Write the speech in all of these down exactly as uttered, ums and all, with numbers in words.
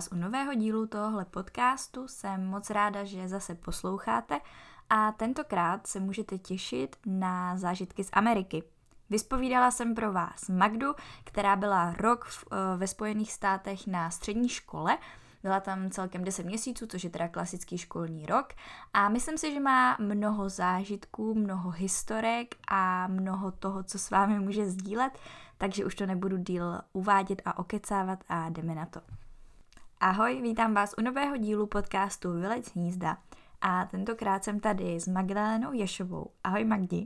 vás u nového dílu tohohle podcastu. Jsem moc ráda, že zase posloucháte a tentokrát se můžete těšit na zážitky z Ameriky. Vyspovídala jsem pro vás Magdu, která byla rok v, ve Spojených státech na střední škole. Byla tam celkem deset měsíců, což je teda klasický školní rok. A myslím si, že má mnoho zážitků, mnoho historek a mnoho toho, co s vámi může sdílet, takže už to nebudu díl uvádět a okecávat a jdeme na to. Ahoj, vítám vás u nového dílu podcastu Vylec z hnízda. A tentokrát jsem tady s Magdalenou Ješovou. Ahoj Magdi.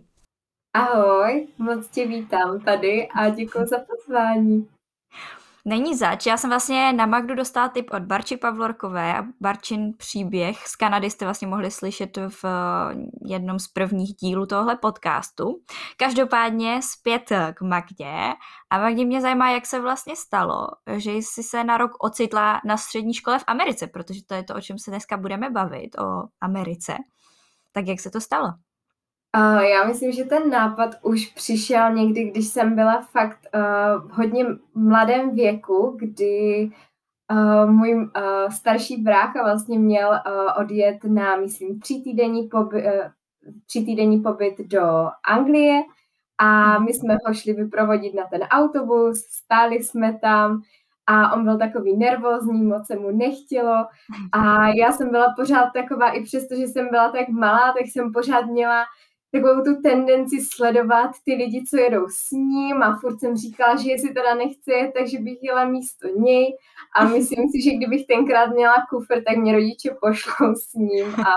Ahoj, moc tě vítám tady a děkuji za pozvání. Není zač, já jsem vlastně na Magdu dostala tip od Barči Pavlorkové a Barčin příběh z Kanady jste vlastně mohli slyšet v jednom z prvních dílů tohle podcastu. Každopádně zpět k Magdě a Magdě mě zajímá, jak se vlastně stalo, že jsi se na rok ocitla na střední škole v Americe, protože to je to, o čem se dneska budeme bavit, o Americe. Tak jak se to stalo? Uh, já myslím, že ten nápad už přišel někdy, když jsem byla fakt uh, v hodně mladém věku, kdy uh, můj uh, starší brácha vlastně měl uh, odjet na, myslím, třítýdenní pobyt, uh, třítýdenní pobyt do Anglie a my jsme ho šli vyprovodit na ten autobus, stáli jsme tam a on byl takový nervózní, moc se mu nechtělo a já jsem byla pořád taková, i přesto, že jsem byla tak malá, tak jsem pořád měla takovou tu tendenci sledovat ty lidi, co jedou s ním a furt jsem říkala, že jestli teda nechce jet, takže bych jela místo něj a myslím si, že kdybych tenkrát měla kufr, tak mě rodiče pošlou s ním a,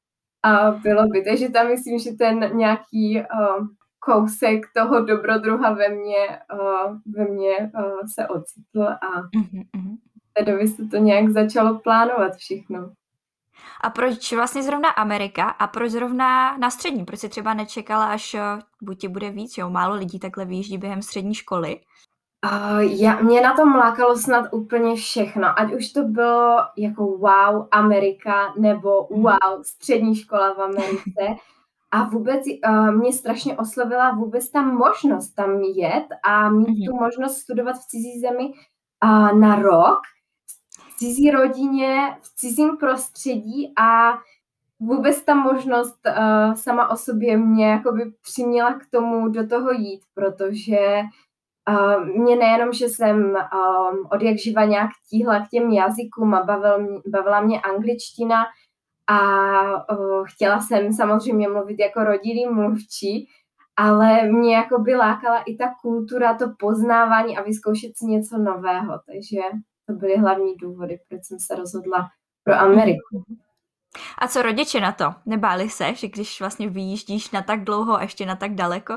a bylo by. Takže tam myslím, že ten nějaký uh, kousek toho dobrodruha ve mně, uh, ve mně uh, se ocitl a tedy se to nějak začalo plánovat všechno. A proč vlastně zrovna Amerika a proč zrovna na střední? Proč jsi třeba nečekala, až buď ti bude víc, jo? Málo lidí takhle vyjíždí během střední školy. Uh, já, mě na tom lákalo snad úplně všechno, ať už to bylo jako wow Amerika nebo wow střední škola v Americe a vůbec uh, mě strašně oslovila vůbec ta možnost tam jet a mít mm-hmm. tu možnost studovat v cizí zemi uh, na rok, v cizí rodině, v cizím prostředí a vůbec ta možnost uh, sama o sobě mě jakoby přiměla k tomu do toho jít, protože Uh, mě nejenom, že jsem um, od jak živa nějak tíhla k těm jazykům a bavil mě, bavila mě angličtina a uh, chtěla jsem samozřejmě mluvit jako rodilý mluvčí, ale mě jako by lákala i ta kultura, to poznávání a vyzkoušet si něco nového, takže to byly hlavní důvody, proč jsem se rozhodla pro Ameriku. A co rodiče na to? Nebáli se, že když vlastně vyjíždíš na tak dlouho a ještě na tak daleko?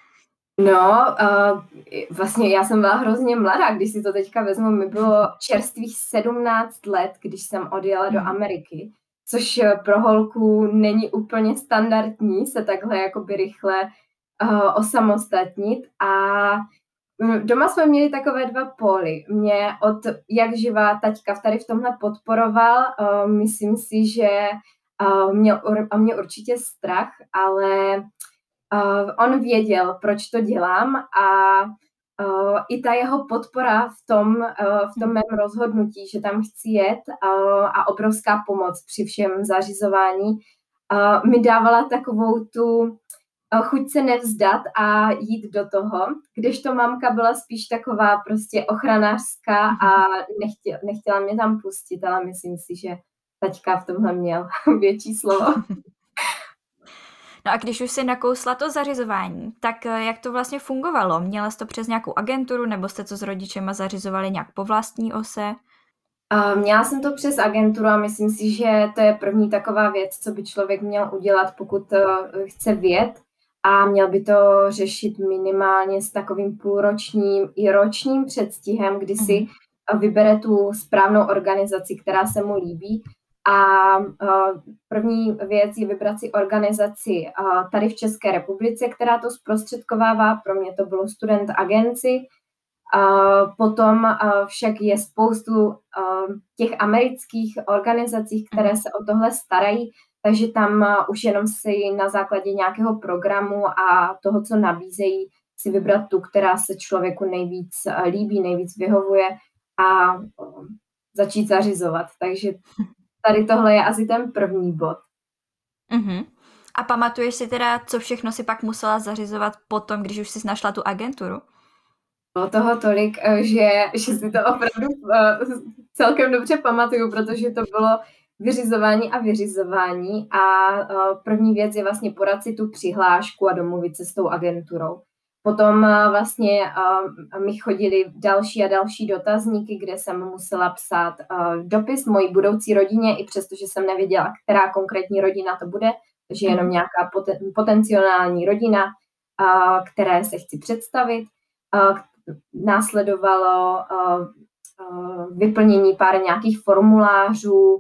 No, uh, vlastně já jsem byla hrozně mladá, když si to teďka vezmu, mi bylo čerstvých sedmnáct let, když jsem odjela do Ameriky, což pro holku není úplně standardní se takhle jakoby rychle uh, osamostatnit a doma jsme měli takové dva póly. Mě od jak živá taťka tady v tomhle podporoval, uh, myslím si, že uh, měl o mě určitě strach, ale Uh, on věděl, proč to dělám a uh, i ta jeho podpora v tom, uh, v tom mém rozhodnutí, že tam chci jet uh, a obrovská pomoc při všem zařizování uh, mi dávala takovou tu uh, chuť se nevzdat a jít do toho, kdežto mamka byla spíš taková prostě ochranářská a nechtěla, nechtěla mě tam pustit, ale myslím si, že taťka v tomhle měl větší slovo. No a když už jsi nakousla to zařizování, tak jak to vlastně fungovalo? Měla jsi to přes nějakou agenturu, nebo jste to s rodičema zařizovali nějak po vlastní ose? Uh, měla jsem to přes agenturu a myslím si, že to je první taková věc, co by člověk měl udělat, pokud uh, chce vyjet a měl by to řešit minimálně s takovým půlročním i ročním předstihem, kdy si uh, vybere tu správnou organizaci, která se mu líbí. A uh, první věc je vybrat si organizaci uh, tady v České republice, která to zprostředkovává. Pro mě to bylo Student Agency. Uh, potom uh, však je spoustu uh, těch amerických organizací, které se o tohle starají, takže tam uh, už jenom si na základě nějakého programu a toho, co nabízejí, si vybrat tu, která se člověku nejvíc uh, líbí, nejvíc vyhovuje a uh, začít zařizovat. Takže tady tohle je asi ten první bod. Uh-huh. A pamatuješ si teda, co všechno si pak musela zařizovat potom, když už jsi našla tu agenturu? Bylo toho tolik, že, že si to opravdu celkem dobře pamatuju, protože to bylo vyřizování a vyřizování a první věc je vlastně podat si tu přihlášku a domluvit se s tou agenturou. Potom vlastně mi chodili další a další dotazníky, kde jsem musela psát dopis mojí budoucí rodině, i přesto, že jsem nevěděla, která konkrétní rodina to bude, takže jenom nějaká poten- potenciální rodina, které se chci představit. Následovalo vyplnění pár nějakých formulářů,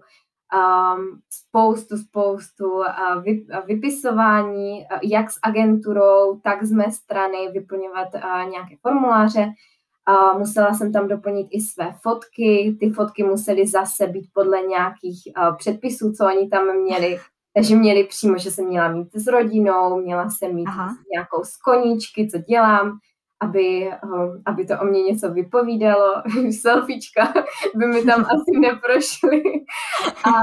spoustu, spoustu vypisování, jak s agenturou, tak z mé strany vyplňovat nějaké formuláře. Musela jsem tam doplnit i své fotky, ty fotky musely zase být podle nějakých předpisů, co oni tam měli. Takže měli přímo, že jsem měla mít s rodinou, měla jsem mít Aha. nějakou z koníčky, co dělám, aby, aby to o mě něco vypovídalo. Selfiečka by mi tam asi neprošly. A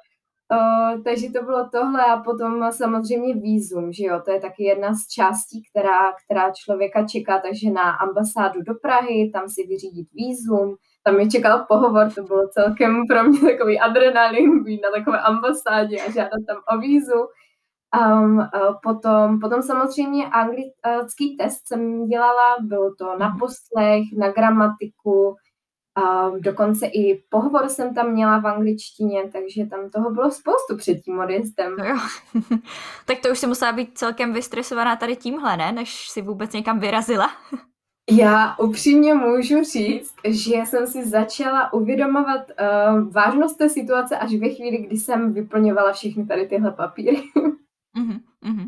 o, takže to bylo tohle a potom samozřejmě vízum, že jo, to je taky jedna z částí, která, která člověka čeká, takže na ambasádu do Prahy, tam si vyřídit vízum, tam mě čekal pohovor, to bylo celkem pro mě takový adrenalin, být na takové ambasádě a žádat tam o vízu. Um, uh, potom, potom samozřejmě anglický test jsem dělala, bylo to na poslech, na gramatiku, um, dokonce i pohovor jsem tam měla v angličtině, takže tam toho bylo spoustu před tím odjezdem. No jo. Tak to už si musela být celkem vystresovaná tady tímhle, ne? Než si vůbec někam vyrazila. Já upřímně můžu říct, že jsem si začala uvědomovat uh, vážnost té situace až ve chvíli, kdy jsem vyplňovala všechny tady tyhle papíry. Uh-huh, uh-huh.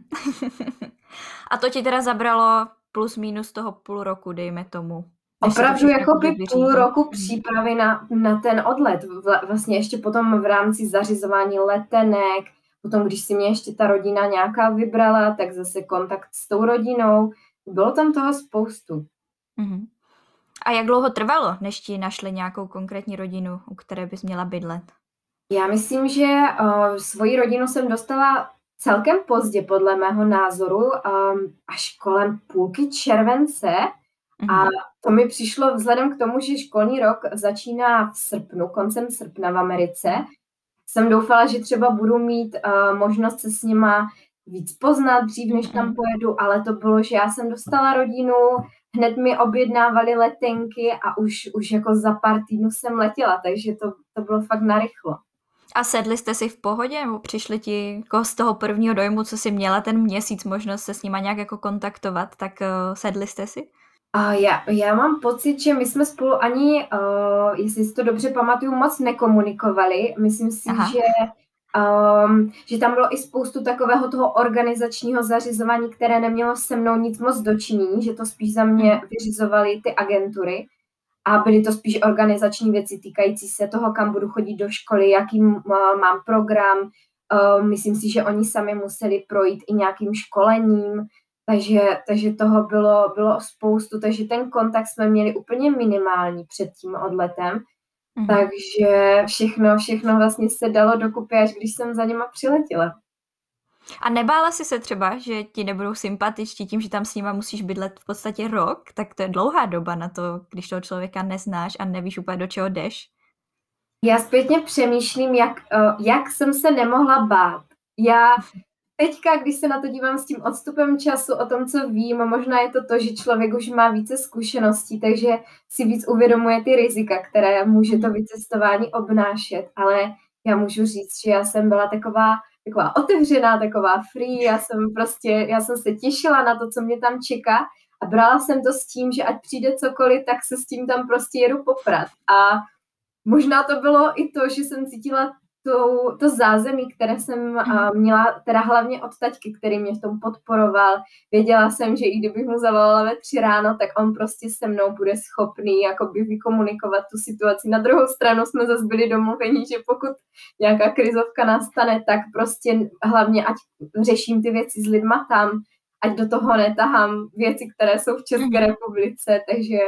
A to ti teda zabralo plus minus toho půl roku, dejme tomu. Opravdu jako by půl roku přípravy na, na ten odlet. Vlastně ještě potom v rámci zařizování letenek, potom když si mě ještě ta rodina nějaká vybrala, tak zase kontakt s tou rodinou. Bylo tam toho spoustu. Uh-huh. A jak dlouho trvalo, než ti našli nějakou konkrétní rodinu, u které bys měla bydlet? Já myslím, že uh, svoji rodinu jsem dostala celkem pozdě, podle mého názoru, um, až kolem půlky července. Mm-hmm. A to mi přišlo vzhledem k tomu, že školní rok začíná v srpnu, koncem srpna v Americe. Jsem doufala, že třeba budu mít uh, možnost se s nima víc poznat dřív, než tam pojedu, ale to bylo, že já jsem dostala rodinu, hned mi objednávali letenky a už, už jako za pár týdnů jsem letěla, takže to, to bylo fakt narychlo. A sedli jste si v pohodě, nebo přišli ti jako z toho prvního dojmu, co jsi měla ten měsíc možnost se s nima nějak jako kontaktovat, tak uh, sedli jste si? Uh, já, já mám pocit, že my jsme spolu ani, uh, jestli si to dobře pamatuju, moc nekomunikovali. Myslím si, že, um, že tam bylo i spoustu takového toho organizačního zařizování, které nemělo se mnou nic moc dočinění, že to spíš za mě vyřizovaly ty agentury. A byly to spíš organizační věci týkající se toho, kam budu chodit do školy, jaký mám program. Myslím si, že oni sami museli projít i nějakým školením, takže, takže toho bylo, bylo spoustu. Takže ten kontakt jsme měli úplně minimální před tím odletem. Mhm. Takže všechno, všechno vlastně se dalo dokupy, až když jsem za nima přiletěla. A nebála jsi se třeba, že ti nebudou sympatičtí tím, že tam s nima musíš bydlet v podstatě rok? Tak to je dlouhá doba na to, když toho člověka neznáš a nevíš úplně, do čeho jdeš. Já zpětně přemýšlím, jak, jak jsem se nemohla bát. Já teďka, když se na to dívám s tím odstupem času o tom, co vím, možná je to to, že člověk už má více zkušeností, takže si víc uvědomuje ty rizika, které může to vycestování obnášet, ale já můžu říct, že já jsem byla taková taková otevřená, taková free, já jsem prostě, já jsem se těšila na to, co mě tam čeká a brala jsem to s tím, že ať přijde cokoliv, tak se s tím tam prostě jedu poprat. A možná to bylo i to, že jsem cítila to, to zázemí, které jsem uh, měla, teda hlavně od taťky, který mě v tom podporoval. Věděla jsem, že i kdybych mu zavolala ve tři ráno, tak on prostě se mnou bude schopný jakoby vykomunikovat tu situaci. Na druhou stranu jsme zase byli domluveni, že pokud nějaká krizovka nastane, tak prostě hlavně ať řeším ty věci s lidma tam, ať do toho netahám věci, které jsou v České republice, takže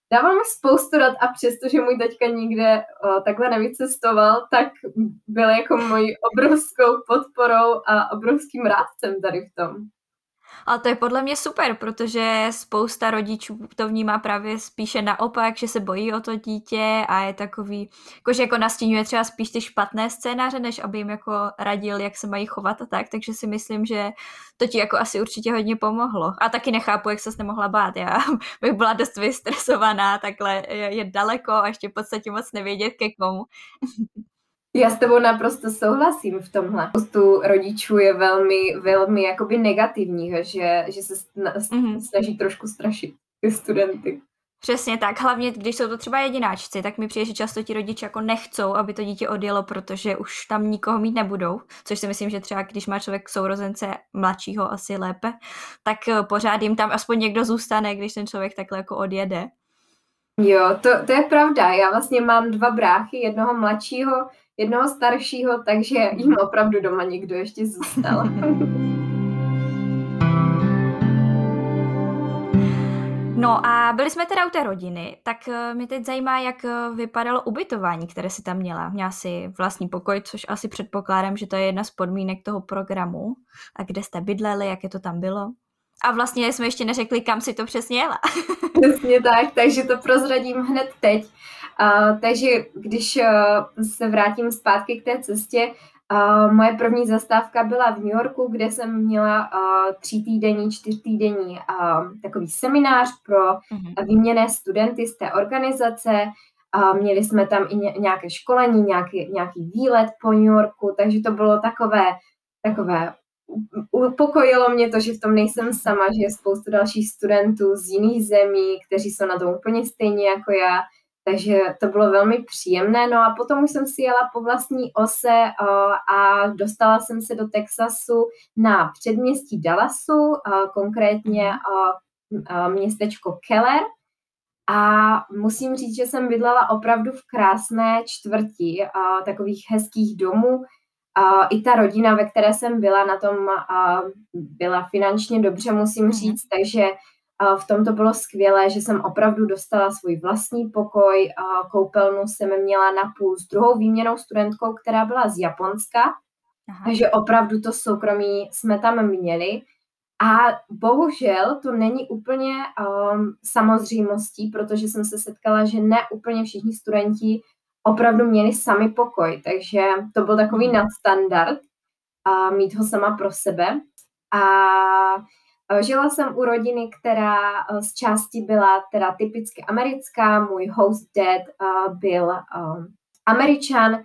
dával mi spoustu rad a přesto, že můj taťka nikde o, takhle nevycestoval, tak byl jako mojí obrovskou podporou a obrovským rádcem tady v tom. Ale to je podle mě super, protože spousta rodičů to vnímá právě spíše naopak, že se bojí o to dítě a je takový, jakože jako nastínuje třeba spíš ty špatné scénáře, než aby jim jako radil, jak se mají chovat a tak, takže si myslím, že to ti jako asi určitě hodně pomohlo. A taky nechápu, jak ses nemohla bát. Já bych byla dost vystresovaná, takhle je, je daleko a ještě v podstatě moc nevědět ke komu. Já s tebou naprosto souhlasím v tomhle. Spoustu rodičů je velmi, velmi jakoby negativních, že, že se mm-hmm. snaží trošku strašit ty studenty. Přesně tak, hlavně když jsou to třeba jedináčci, tak mi přijde, že často ti rodiče jako nechcou, aby to dítě odjelo, protože už tam nikoho mít nebudou, což si myslím, že třeba když má člověk sourozence mladšího asi lépe, tak pořád jim tam aspoň někdo zůstane, když ten člověk takhle jako odjede. Jo, to, to je pravda, já vlastně mám dva bráchy, jednoho mladšího, jednoho staršího, takže jim opravdu doma někdo ještě zůstal. No a byli jsme teda u té rodiny, tak mě teď zajímá, jak vypadalo ubytování, které si tam měla. Měla si vlastní pokoj, což asi předpokládám, že to je jedna z podmínek toho programu. A kde jste bydleli, jaké to tam bylo? A vlastně jsme ještě neřekli, kam si to přesně jela. Přesně tak, takže to prozradím hned teď. Uh, takže když uh, se vrátím zpátky k té cestě, uh, moje první zastávka byla v New Yorku, kde jsem měla uh, třítýdenní, čtyřtýdenní uh, takový seminář pro uh, výměnné studenty z té organizace. Uh, měli jsme tam i ně, nějaké školení, nějaký, nějaký výlet po New Yorku, takže to bylo takové, takové upokojilo mě to, že v tom nejsem sama, že je spoustu dalších studentů z jiných zemí, kteří jsou na tom úplně stejně jako já, takže to bylo velmi příjemné. No a potom už jsem si jela po vlastní ose a dostala jsem se do Texasu na předměstí Dallasu, konkrétně městečko Keller. A musím říct, že jsem bydlela opravdu v krásné čtvrti takových hezkých domů. Uh, I ta rodina, ve které jsem byla, na tom uh, byla finančně dobře, musím říct, mm. takže uh, v tom to bylo skvělé, že jsem opravdu dostala svůj vlastní pokoj, uh, koupelnu jsem měla napůl s druhou výměnou studentkou, která byla z Japonska, Aha. takže opravdu to soukromí jsme tam měli. A bohužel to není úplně um, samozřejmostí, protože jsem se setkala, že ne úplně všichni studenti opravdu měli sami pokoj, takže to byl takový nadstandard a mít ho sama pro sebe. A žila jsem u rodiny, která z části byla teda typicky americká. Můj host dad byl Američan,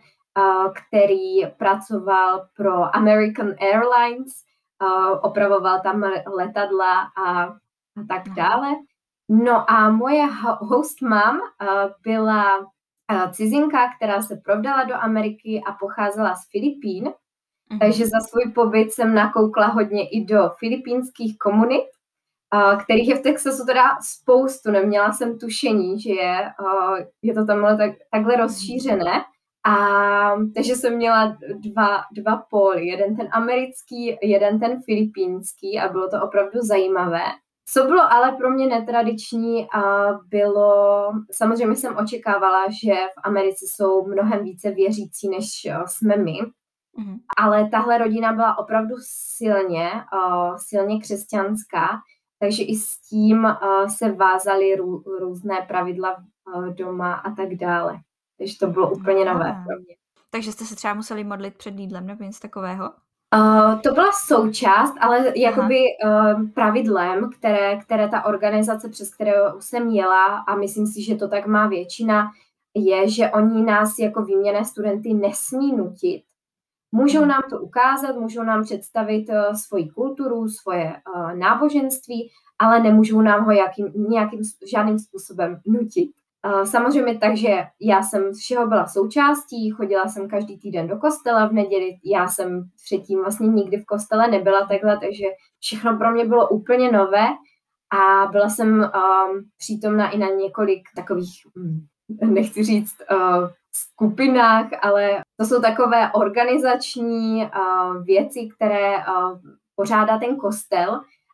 který pracoval pro American Airlines, opravoval tam letadla a, a tak dále. No a moje host mom byla cizinka, která se provdala do Ameriky a pocházela z Filipín, mm-hmm. takže za svůj pobyt jsem nakoukla hodně i do filipínských komunit, kterých je v Texasu teda spoustu, neměla jsem tušení, že je, je to tamhle tak, takhle rozšířené. A takže jsem měla dva, dva póly, jeden ten americký, jeden ten filipínský a bylo to opravdu zajímavé. Co bylo ale pro mě netradiční, a bylo, samozřejmě jsem očekávala, že v Americe jsou mnohem více věřící, než jsme my, mm-hmm. ale tahle rodina byla opravdu silně, uh, silně křesťanská, takže i s tím uh, se vázaly rů, různé pravidla uh, doma a tak dále. Takže to bylo úplně nové pro mě. Takže jste se třeba museli modlit před jídlem nebo něco takového? Uh, to byla součást, ale jakoby uh, pravidlem, které, které ta organizace, přes kterou jsem jela, a myslím si, že to tak má většina, je, že oni nás jako výměnné studenty nesmí nutit. Můžou nám to ukázat, můžou nám představit uh, svoji kulturu, svoje uh, náboženství, ale nemůžou nám ho jakým, nějakým, žádným způsobem nutit. Uh, samozřejmě tak, že já jsem všeho byla součástí, chodila jsem každý týden do kostela v neděli, já jsem předtím vlastně nikdy v kostele nebyla takhle, takže všechno pro mě bylo úplně nové a byla jsem um, přítomna i na několik takových, hm, nechci říct uh, skupinách, ale to jsou takové organizační uh, věci, které uh, pořádá ten kostel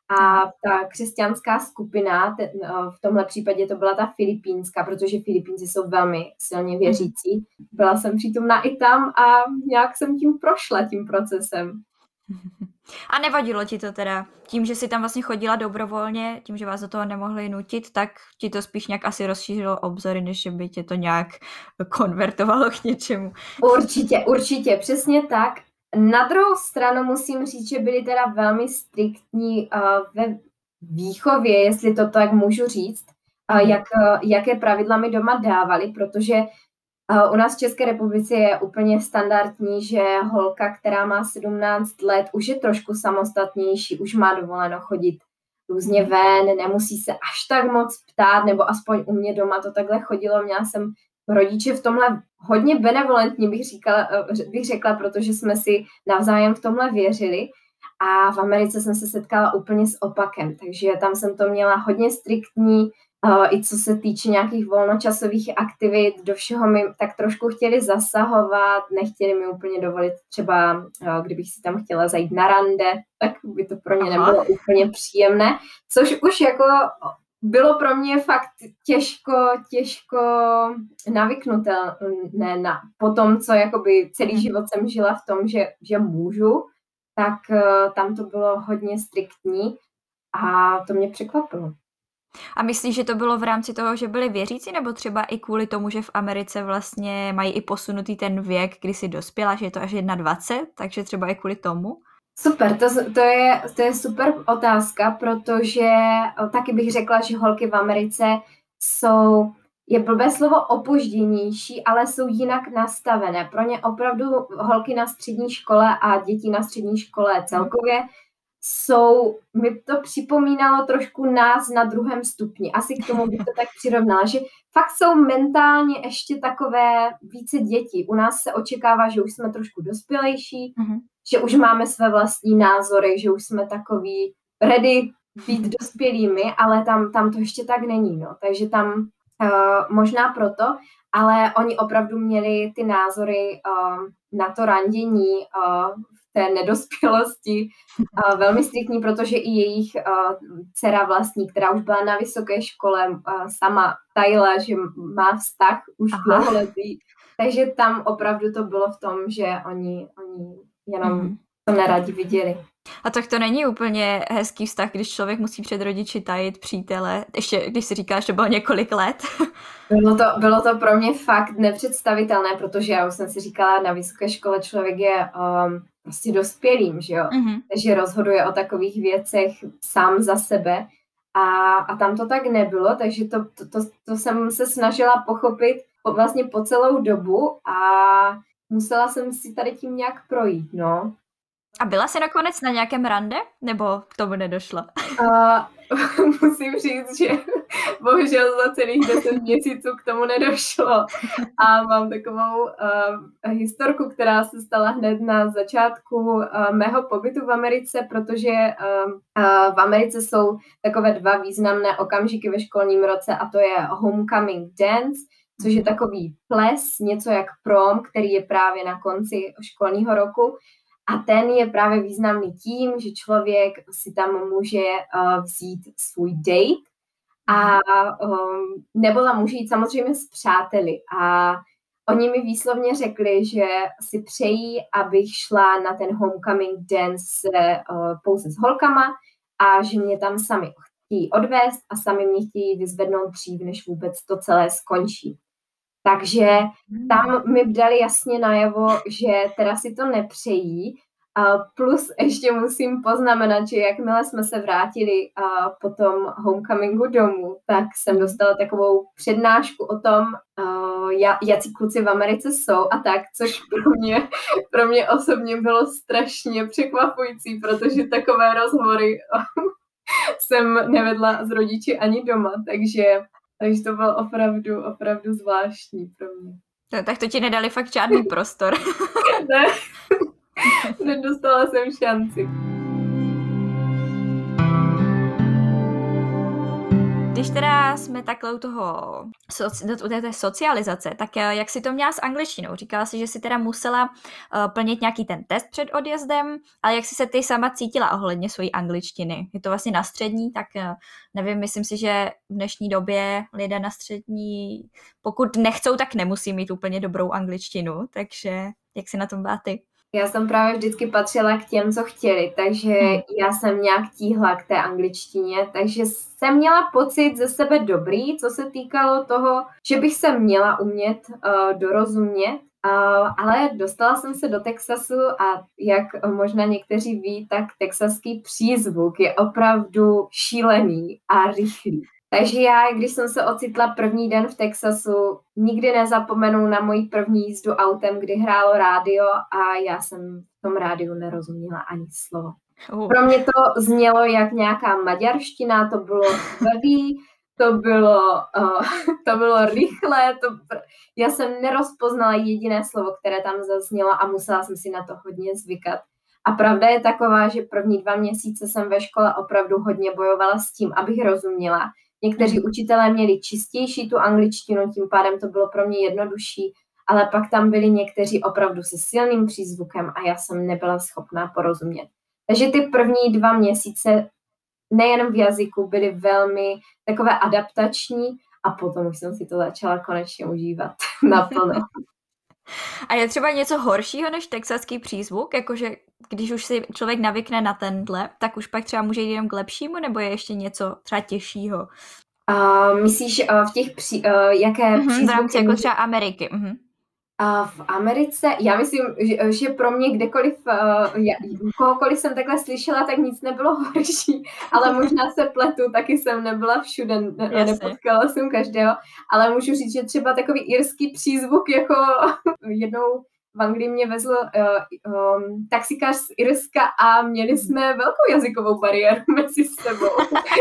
A ta křesťanská skupina, te, v tomhle případě to byla ta filipínská, protože Filipínci jsou velmi silně věřící. Byla jsem přítomná i tam a nějak jsem tím prošla, tím procesem. A nevadilo ti to teda? Tím, že jsi tam vlastně chodila dobrovolně, tím, že vás do toho nemohli nutit, tak ti to spíš nějak asi rozšířilo obzory, než by tě to nějak konvertovalo k něčemu. Určitě, určitě, přesně tak. Na druhou stranu musím říct, že byli teda velmi striktní uh, ve výchově, jestli to tak můžu říct, uh, jak, uh, jaké pravidla mi doma dávali, protože uh, u nás v České republice je úplně standardní, že holka, která má sedmnáct let, už je trošku samostatnější, už má dovoleno chodit různě ven, nemusí se až tak moc ptát, nebo aspoň u mě doma to takhle chodilo. Měla jsem rodiče v tomhle hodně benevolentní, bych, říkala, bych řekla, protože jsme si navzájem v tomhle věřili. A v Americe jsem se setkala úplně s opakem, takže tam jsem to měla hodně striktní, i co se týče nějakých volnočasových aktivit, do všeho mi tak trošku chtěli zasahovat, nechtěli mi úplně dovolit třeba, kdybych si tam chtěla zajít na rande, tak by to pro mě nebylo úplně příjemné, což už jako bylo pro mě fakt těžko, těžko navyknutelné na, po tom, co jakoby celý život jsem žila v tom, že, že můžu, tak uh, tam to bylo hodně striktní a to mě překvapilo. A myslíš, že to bylo v rámci toho, že byli věřící, nebo třeba i kvůli tomu, že v Americe vlastně mají i posunutý ten věk, kdy jsi dospěla, že je to až dvacet jedna, takže třeba i kvůli tomu? Super, to, to, je, to je super otázka, protože taky bych řekla, že holky v Americe jsou, je blbé slovo opožděnější, ale jsou jinak nastavené. Pro ně opravdu holky na střední škole a děti na střední škole celkově jsou, mi to připomínalo trošku nás na druhém stupni. Asi k tomu bych to tak přirovnala, že fakt jsou mentálně ještě takové více děti. U nás se očekává, že už jsme trošku dospělejší, mm-hmm. že už máme své vlastní názory, že už jsme takový ready být dospělými, ale tam, tam to ještě tak není. No. Takže tam uh, možná proto, ale oni opravdu měli ty názory uh, na to randění uh, té nedospělosti uh, velmi striktní, protože i jejich uh, dcera vlastní, která už byla na vysoké škole, uh, sama tajila, že má vztah už dlouholetý. Takže tam opravdu to bylo v tom, že oni, oni jenom mm. to neradi viděli. A tak to není úplně hezký vztah, když člověk musí před rodiči tajit přítele, ještě když si říkáš, že bylo několik let. Bylo to, bylo to pro mě fakt nepředstavitelné, protože já už jsem si říkala, na vysoké škole člověk je um, prostě dospělým, že jo? Mm-hmm. Takže rozhoduje o takových věcech sám za sebe a, a tam to tak nebylo, takže to, to, to, to jsem se snažila pochopit po, vlastně po celou dobu a musela jsem si tady tím nějak projít, no. A byla jsi nakonec na nějakém rande, nebo k tomu nedošla? Uh, musím říct, že bohužel za celých deset měsíců k tomu nedošlo. A mám takovou uh, historku, která se stala hned na začátku uh, mého pobytu v Americe, protože uh, uh, v Americe jsou takové dva významné okamžiky ve školním roce a to je homecoming dance, což je takový ples, něco jak prom, který je právě na konci školního roku. A ten je právě významný tím, že člověk si tam může uh, vzít svůj date a um, nebo tam může jít samozřejmě s přáteli. A oni mi výslovně řekli, že si přejí, abych šla na ten homecoming dance uh, pouze s holkama a že mě tam sami chtějí odvést a sami mě chtějí vyzvednout dřív, než vůbec to celé skončí. Takže tam mi dali jasně najevo, že teda si to nepřejí. Uh, plus ještě musím poznamenat, že jakmile jsme se vrátili uh, po tom homecomingu domů, tak jsem dostala takovou přednášku o tom, uh, jací kluci v Americe jsou a tak, což pro mě, pro mě osobně bylo strašně překvapující, protože takové rozhovory jsem nevedla s rodiči ani doma, takže Takže to bylo opravdu, opravdu zvláštní pro mě. No, tak to ti nedali fakt žádný prostor. Ne, nedostala jsem šanci. Ty Když teda jsme takhle u toho, u té socializace, tak jak jsi to měla s angličtinou? Říkala jsi, že jsi teda musela uh, plnit nějaký ten test před odjezdem, ale jak jsi se ty sama cítila ohledně svojí angličtiny? Je to vlastně na střední, tak uh, nevím, myslím si, že v dnešní době lidé na střední, pokud nechcou, tak nemusí mít úplně dobrou angličtinu, takže jak jsi na tom byla ty? Já jsem právě vždycky patřila k těm, co chtěli, takže hmm. já jsem nějak tíhla k té angličtině, takže jsem měla pocit ze sebe dobrý, co se týkalo toho, že bych se měla umět uh, dorozumět, uh, ale dostala jsem se do Texasu a jak možná někteří ví, tak texaský přízvuk je opravdu šílený a rychlý. Takže já, když jsem se ocitla první den v Texasu, nikdy nezapomenu na moji první jízdu autem, kdy hrálo rádio a já jsem v tom rádiu nerozuměla ani slovo. Uh. Pro mě to znělo jak nějaká maďarština, to bylo tvrdý, to bylo, uh, to bylo rychlé, to, já jsem nerozpoznala jediné slovo, které tam zaznělo a musela jsem si na to hodně zvykat. A pravda je taková, že první dva měsíce jsem ve škole opravdu hodně bojovala s tím, abych rozuměla. Někteří učitelé měli čistější tu angličtinu, tím pádem to bylo pro mě jednodušší, ale pak tam byli někteří opravdu se silným přízvukem a já jsem nebyla schopná porozumět. Takže ty první dva měsíce nejen v jazyku byly velmi takové adaptační a potom už jsem si to začala konečně užívat naplno. A je třeba něco horšího než texaský přízvuk? Jakože když už si člověk navykne na tenhle, tak už pak třeba může jít jenom k lepšímu, nebo je ještě něco třeba těžšího? Uh, myslíš uh, v těch pří, uh, jaké uh-huh, přízvuky? V rámci jako třeba Ameriky. Uh-huh. Uh, v Americe, já myslím, že, že pro mě kdekoliv, uh, já, kohokoliv jsem takhle slyšela, tak nic nebylo horší, ale možná se pletu, taky jsem nebyla všude, ne, nepotkala jsem každého, ale můžu říct, že třeba takový irský přízvuk, jako jednou v Anglii mě vezl uh, um, taxikář z Irska a měli jsme velkou jazykovou bariéru mezi sebou.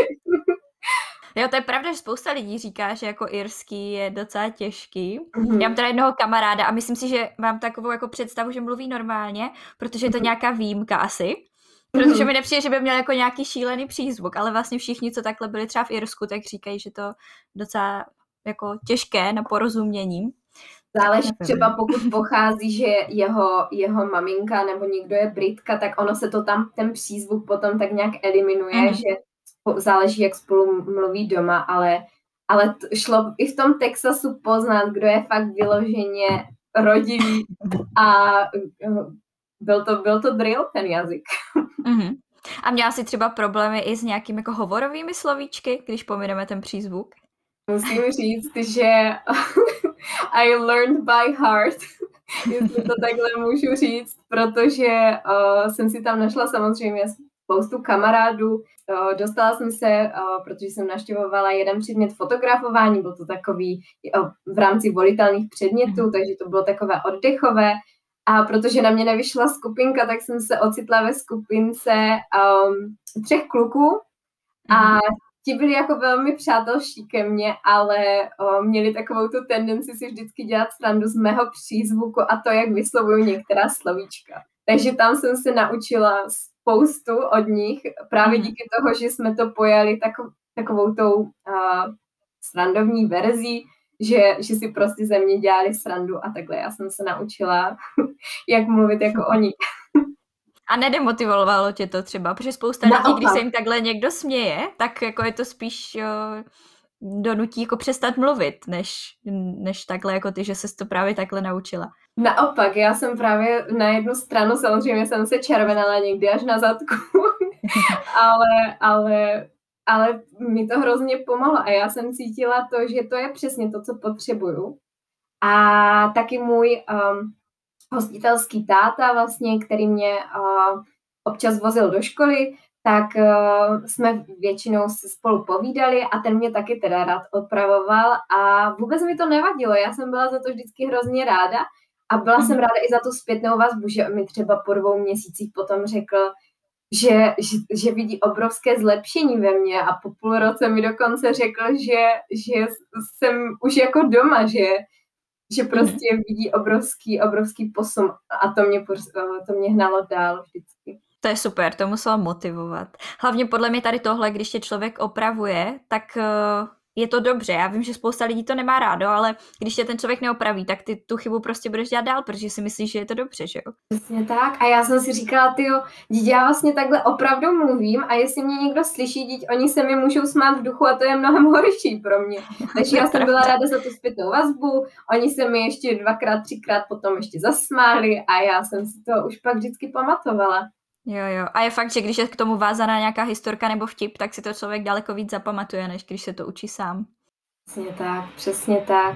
Jo, to je pravda, že spousta lidí říká, že jako irský je docela těžký. Mm-hmm. Já mám teda jednoho kamaráda a myslím si, že mám takovou jako představu, že mluví normálně, protože je to nějaká výjimka asi. Protože mm-hmm. mi nepřijde, že by měl jako nějaký šílený přízvuk, ale vlastně všichni, co takhle byli třeba v Irsku, tak říkají, že to docela jako těžké na porozumění. Záleží třeba, pokud pochází, že jeho, jeho maminka nebo někdo je Britka, tak ono se to tam, ten přízvuk potom tak nějak eliminuje, mm-hmm. že záleží, jak spolu mluví doma, ale, ale t- šlo i v tom Texasu poznat, kdo je fakt vyloženě rodilý a byl to, byl to drill, ten jazyk. Mm-hmm. A měla jsi třeba problémy i s nějakými jako hovorovými slovíčky, když pomineme ten přízvuk? Musím říct, že I learned by heart, jestli to takhle můžu říct, protože uh, jsem si tam našla samozřejmě spoustu kamarádů. Uh, dostala jsem se, uh, protože jsem navštěvovala jeden předmět fotografování, byl to takový uh, v rámci volitelných předmětů, takže to bylo takové oddechové. A protože na mě nevyšla skupinka, tak jsem se ocitla ve skupince um, třech kluků a ti byli jako velmi přátelští ke mně, ale o, měli takovou tu tendenci si vždycky dělat srandu z mého přízvuku a to, jak vyslovuju některá slovíčka. Takže tam jsem se naučila spoustu od nich, právě díky toho, že jsme to pojali takov, takovou tou uh, srandovní verzí, že, že si prostě ze mě dělali srandu a takhle já jsem se naučila, jak mluvit jako oni. A nedemotivovalo tě to třeba, protože spousta lidí, Naopak. Když se jim takhle někdo směje, tak jako je to spíš jo, donutí jako přestat mluvit, než, než takhle jako ty, že ses to právě takhle naučila. Naopak, já jsem právě na jednu stranu, samozřejmě jsem se červenala někdy až na zadku, ale, ale, ale mi to hrozně pomohlo a já jsem cítila to, že to je přesně to, co potřebuju. A taky můj um, hostitelský táta vlastně, který mě uh, občas vozil do školy, tak uh, jsme většinou si spolu povídali a ten mě taky teda rád odpravoval a vůbec mi to nevadilo, já jsem byla za to vždycky hrozně ráda a byla mm. jsem ráda i za tu zpětnou vazbu, že mi třeba po dvou měsících potom řekl, že, že, že vidí obrovské zlepšení ve mně a po půl roce mi dokonce řekl, že, že jsem už jako doma, že že prostě vidí obrovský, obrovský posun a to mě, to mě hnalo dál vždycky. To je super, to muselo motivovat. Hlavně podle mě tady tohle, když tě člověk opravuje, tak uh, je to dobře. Já vím, že spousta lidí to nemá rádo, ale když tě ten člověk neopraví, tak ty tu chybu prostě budeš dělat dál, protože si myslíš, že je to dobře, že jo? Přesně tak. A já jsem si říkala, tyjo, dítě, já vlastně takhle opravdu mluvím a jestli mě někdo slyší, dítě, oni se mi můžou smát v duchu a to je mnohem horší pro mě. Takže já jsem byla ráda za tu zpětnou vazbu, oni se mi ještě dvakrát, třikrát potom ještě zasmáli a já jsem si to už pak vždycky pamatovala. Jo, jo. A je fakt, že když je k tomu vázaná nějaká historka nebo vtip, tak si to člověk daleko víc zapamatuje, než když se to učí sám. Přesně tak, přesně tak.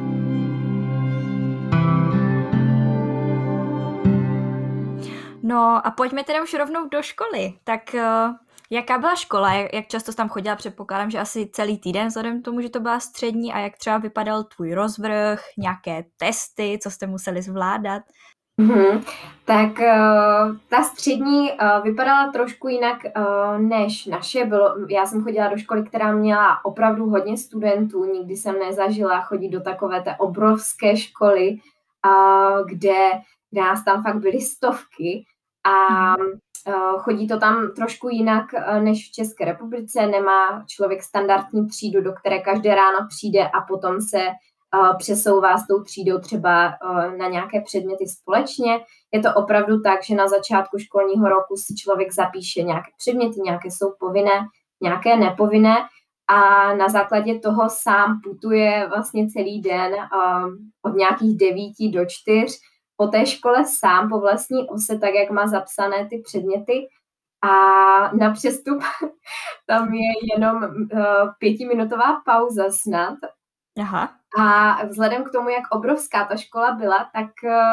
No a pojďme teda už rovnou do školy. Tak uh, jaká byla škola? Jak, jak často jsi tam chodila? Předpokládám, že asi celý týden vzhledem k tomu, že to byla střední. A jak třeba vypadal tvůj rozvrh, nějaké testy, co jste museli zvládat? Mm-hmm. Tak uh, ta střední uh, vypadala trošku jinak uh, než naše. Bylo, já jsem chodila do školy, která měla opravdu hodně studentů. Nikdy jsem nezažila chodit do takové té obrovské školy, uh, kde, kde nás tam fakt byly stovky. A uh, chodí to tam trošku jinak uh, než v České republice. Nemá člověk standardní třídu, do které každé ráno přijde a potom se přesouvá s tou třídou třeba na nějaké předměty společně. Je to opravdu tak, že na začátku školního roku si člověk zapíše nějaké předměty, nějaké jsou povinné, nějaké nepovinné a na základě toho sám putuje vlastně celý den od nějakých devíti do čtyř po té škole sám po vlastní ose, tak jak má zapsané ty předměty. A na přestup tam je jenom pětiminutová pauza snad. Aha. A vzhledem k tomu, jak obrovská ta škola byla, tak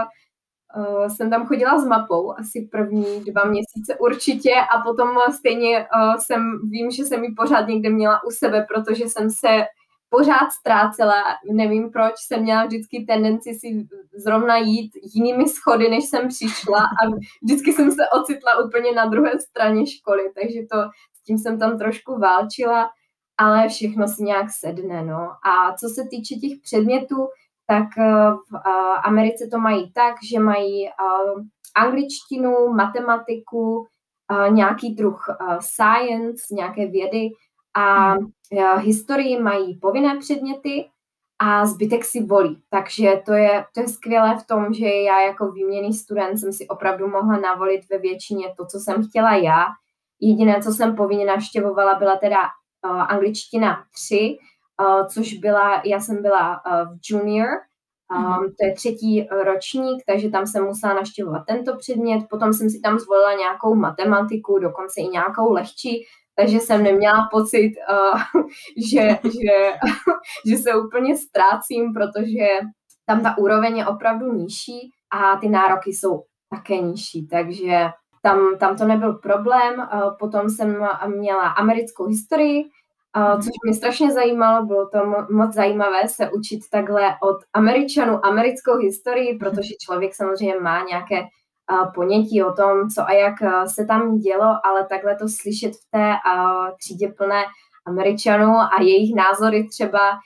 uh, jsem tam chodila s mapou asi první dva měsíce určitě a potom stejně uh, jsem, vím, že jsem ji pořád někde měla u sebe, protože jsem se pořád ztrácela, nevím proč, jsem měla vždycky tendenci si zrovna jít jinými schody, než jsem přišla a vždycky jsem se ocitla úplně na druhé straně školy, takže to, s tím jsem tam trošku válčila. Ale všechno si nějak sedne, no. A co se týče těch předmětů, tak v Americe to mají tak, že mají angličtinu, matematiku, nějaký druh science, nějaké vědy a historii mají povinné předměty a zbytek si volí. Takže to je, to je skvělé v tom, že já jako výměnný student jsem si opravdu mohla navolit ve většině to, co jsem chtěla já. Jediné, co jsem povinně navštěvovala, byla teda Uh, angličtina tři, uh, což byla, já jsem byla uh, v junior, um, mm-hmm. to je třetí ročník, takže tam jsem musela navštěvovat tento předmět, potom jsem si tam zvolila nějakou matematiku, dokonce i nějakou lehčí, takže jsem neměla pocit, uh, že, že, že se úplně ztrácím, protože tam ta úroveň je opravdu nižší a ty nároky jsou také nižší, takže Tam, tam to nebyl problém, potom jsem měla americkou historii, což mě strašně zajímalo, bylo to moc zajímavé se učit takhle od Američanů americkou historii, protože člověk samozřejmě má nějaké ponětí o tom, co a jak se tam dělo, ale takhle to slyšet v té třídě plné Američanů a jejich názory třeba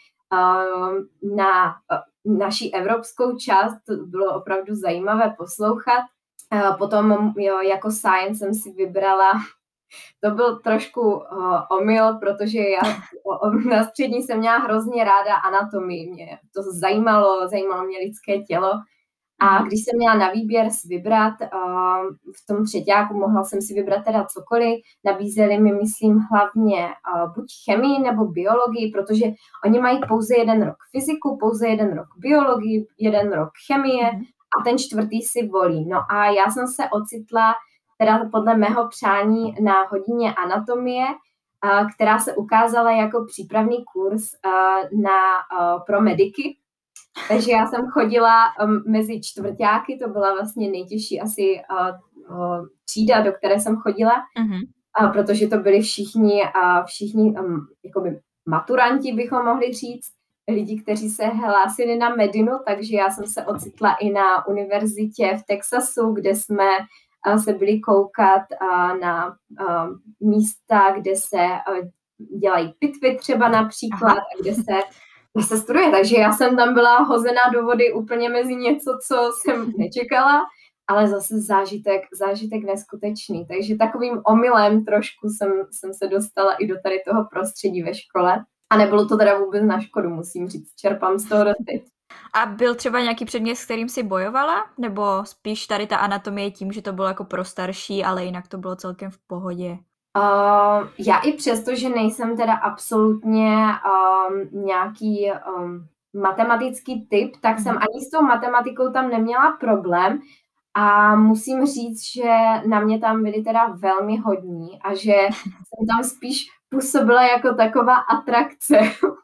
na naší evropskou část, to bylo opravdu zajímavé poslouchat. Potom jo, jako science jsem si vybrala, to byl trošku uh, omyl, protože já o, na střední jsem měla hrozně ráda anatomii, mě to zajímalo, zajímalo mě lidské tělo a když jsem měla na výběr si vybrat, uh, v tom třeťáku mohla jsem si vybrat teda cokoliv, nabízeli mi, myslím, hlavně uh, buď chemii nebo biologii, protože oni mají pouze jeden rok fyziku, pouze jeden rok biologii, jeden rok chemie, a ten čtvrtý si volí. No a já jsem se ocitla teda podle mého přání na hodině anatomie, která se ukázala jako přípravný kurz na, pro mediky. Takže já jsem chodila mezi čtvrťáky, to byla vlastně nejtěžší asi třída, do které jsem chodila, mm-hmm. protože to byli všichni, všichni jakoby maturanti, bychom mohli říct, lidi, kteří se hlásili na Medinu, takže já jsem se ocitla i na univerzitě v Texasu, kde jsme se byli koukat na místa, kde se dělají pitvy třeba například, a kde se, kde se studuje. Takže já jsem tam byla hozená do vody úplně mezi něco, co jsem nečekala ale zase zážitek, zážitek neskutečný. Takže takovým omylem trošku jsem, jsem se dostala i do tady toho prostředí ve škole. A nebylo to teda vůbec na škodu, musím říct. Čerpám z toho doteď. A byl třeba nějaký předmět, s kterým si bojovala? Nebo spíš tady ta anatomie tím, že to bylo jako pro starší, ale jinak to bylo celkem v pohodě? Uh, já i přesto, že nejsem teda absolutně um, nějaký um, matematický typ, tak jsem ani s tou matematikou tam neměla problém a musím říct, že na mě tam byli teda velmi hodní a že jsem tam spíš působila jako taková atrakce.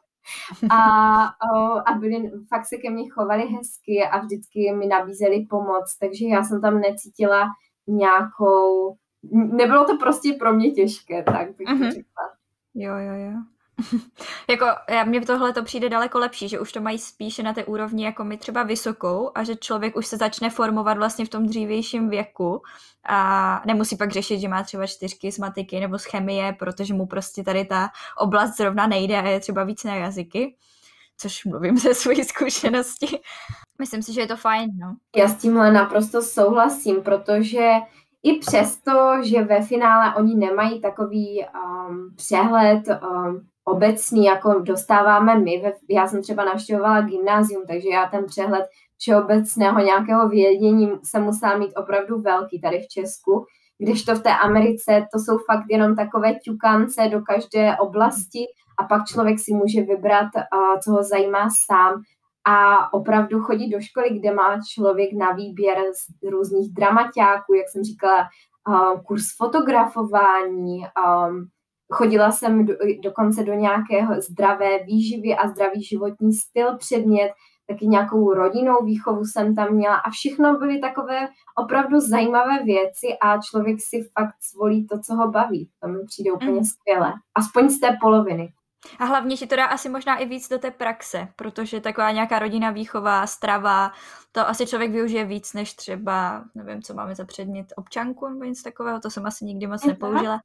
A, a byli, fakt se ke mně chovali hezky a vždycky mi nabízeli pomoc, takže já jsem tam necítila nějakou, nebylo to prostě pro mě těžké, tak bych mm-hmm. to řekla. Jo, jo, jo. Jako, já, mně tohle to přijde daleko lepší, že už to mají spíše na té úrovni jako my třeba vysokou a že člověk už se začne formovat vlastně v tom dřívějším věku a nemusí pak řešit, že má třeba čtyřky z matiky nebo z chemie, protože mu prostě tady ta oblast zrovna nejde a je třeba víc na jazyky, což mluvím ze své zkušenosti. Myslím si, že je to fajn, no. Já s tímhle naprosto souhlasím, protože i přesto, že ve finále oni nemají takový um, přehled um, obecný, jako dostáváme my. Já jsem třeba navštěvovala gymnázium, takže já ten přehled všeobecného nějakého vědění jsem musela mít opravdu velký tady v Česku, kdežto v té Americe to jsou fakt jenom takové ťukance do každé oblasti a pak člověk si může vybrat, uh, co ho zajímá sám. A opravdu chodí do školy, kde má člověk na výběr z různých dramaťáků, jak jsem říkala, uh, kurz fotografování. Um, chodila jsem do, dokonce do nějakého zdravé výživy a zdravý životní styl předmět, taky nějakou rodinnou výchovu jsem tam měla a všechno byly takové opravdu zajímavé věci a člověk si fakt zvolí to, co ho baví. To mi přijde úplně mm. skvěle. Aspoň z té poloviny. A hlavně ti to dá asi možná i víc do té praxe, protože taková nějaká rodinná výchova, strava, to asi člověk využije víc, než třeba, nevím, co máme za předmět, občanku nebo něco takového, to jsem asi nikdy moc nepoužila.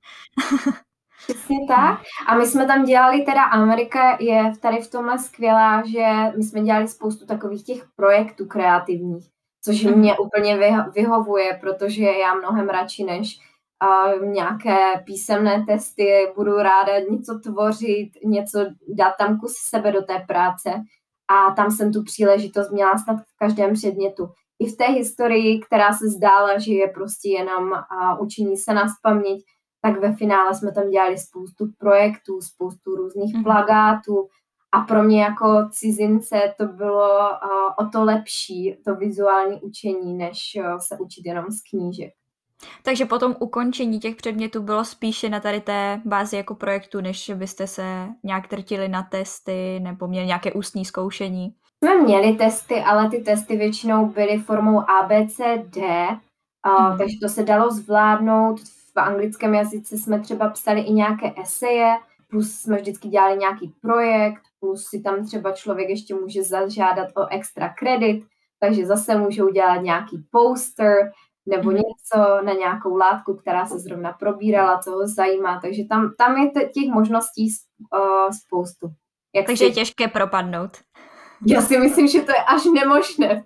Přesně tak. A my jsme tam dělali, teda Amerika je tady v tomhle skvělá, že my jsme dělali spoustu takových těch projektů kreativních, což mě úplně vyho- vyhovuje, protože já mnohem radši než Uh, nějaké písemné testy, budu ráda něco tvořit, něco dát tam kus sebe do té práce a tam jsem tu příležitost měla snad v každém předmětu. I v té historii, která se zdála, že je prostě jenom uh, učení se nazpaměť, tak ve finále jsme tam dělali spoustu projektů, spoustu různých mm. plakátů a pro mě jako cizince to bylo uh, o to lepší, to vizuální učení, než uh, se učit jenom z knížek. Takže potom ukončení těch předmětů bylo spíše na tady té bázi jako projektu, než byste se nějak trtili na testy nebo měli nějaké ústní zkoušení? Jsme měli testy, ale ty testy většinou byly formou A B C D, mm. takže to se dalo zvládnout. V anglickém jazyce jsme třeba psali i nějaké eseje, plus jsme vždycky dělali nějaký projekt, plus si tam třeba člověk ještě může zažádat o extra kredit, takže zase můžou dělat nějaký poster, nebo něco na nějakou látku, která se zrovna probírala, co ho zajímá. Takže tam, tam je t- těch možností uh, spoustu. Jak Takže si... je těžké propadnout. Já si myslím, že to je až nemožné.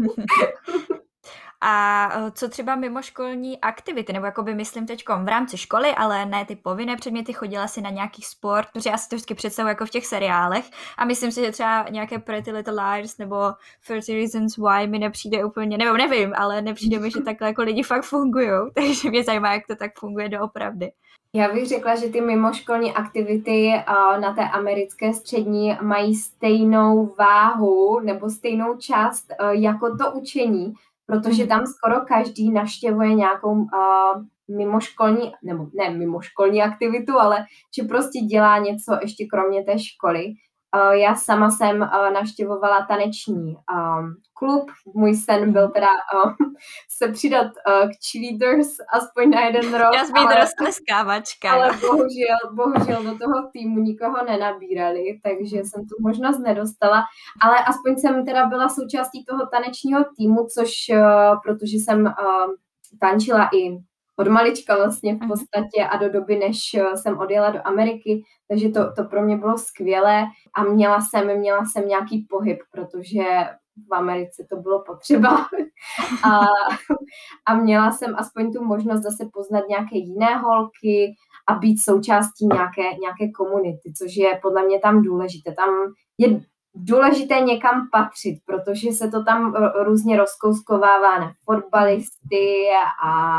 A co třeba mimoškolní aktivity, nebo jakoby myslím teďkom v rámci školy, ale ne ty povinné předměty, chodila si na nějaký sport, protože já si to vždycky představuji jako v těch seriálech a myslím si, že třeba nějaké Pretty Little Liars nebo thirty Reasons Why mi nepřijde úplně, nebo nevím, ale nepřijde mi, že takhle jako lidi fakt fungujou, takže mě zajímá, jak to tak funguje doopravdy. Já bych řekla, že ty mimoškolní aktivity na té americké střední mají stejnou váhu nebo stejnou část jako to učení, protože tam skoro každý navštěvuje nějakou uh, mimoškolní, nebo ne mimoškolní aktivitu, ale že prostě dělá něco ještě kromě té školy. Uh, já sama jsem uh, navštěvovala taneční um, klub. Můj sen byl teda uh, se přidat uh, k cheerleaders aspoň na jeden rok. Já jsem roztleskávačka. Ale bohužel, bohužel do toho týmu nikoho nenabírali, takže jsem tu možnost nedostala. Ale aspoň jsem teda byla součástí toho tanečního týmu, což uh, protože jsem uh, tančila i od malička vlastně v podstatě a do doby, než jsem odjela do Ameriky, takže to, to pro mě bylo skvělé a měla jsem, měla jsem nějaký pohyb, protože v Americe to bylo potřeba. a, a měla jsem aspoň tu možnost zase poznat nějaké jiné holky a být součástí nějaké, nějaké komunity, což je podle mě tam důležité. Tam je důležité někam patřit, protože se to tam různě rozkouskovává na fotbalisty a,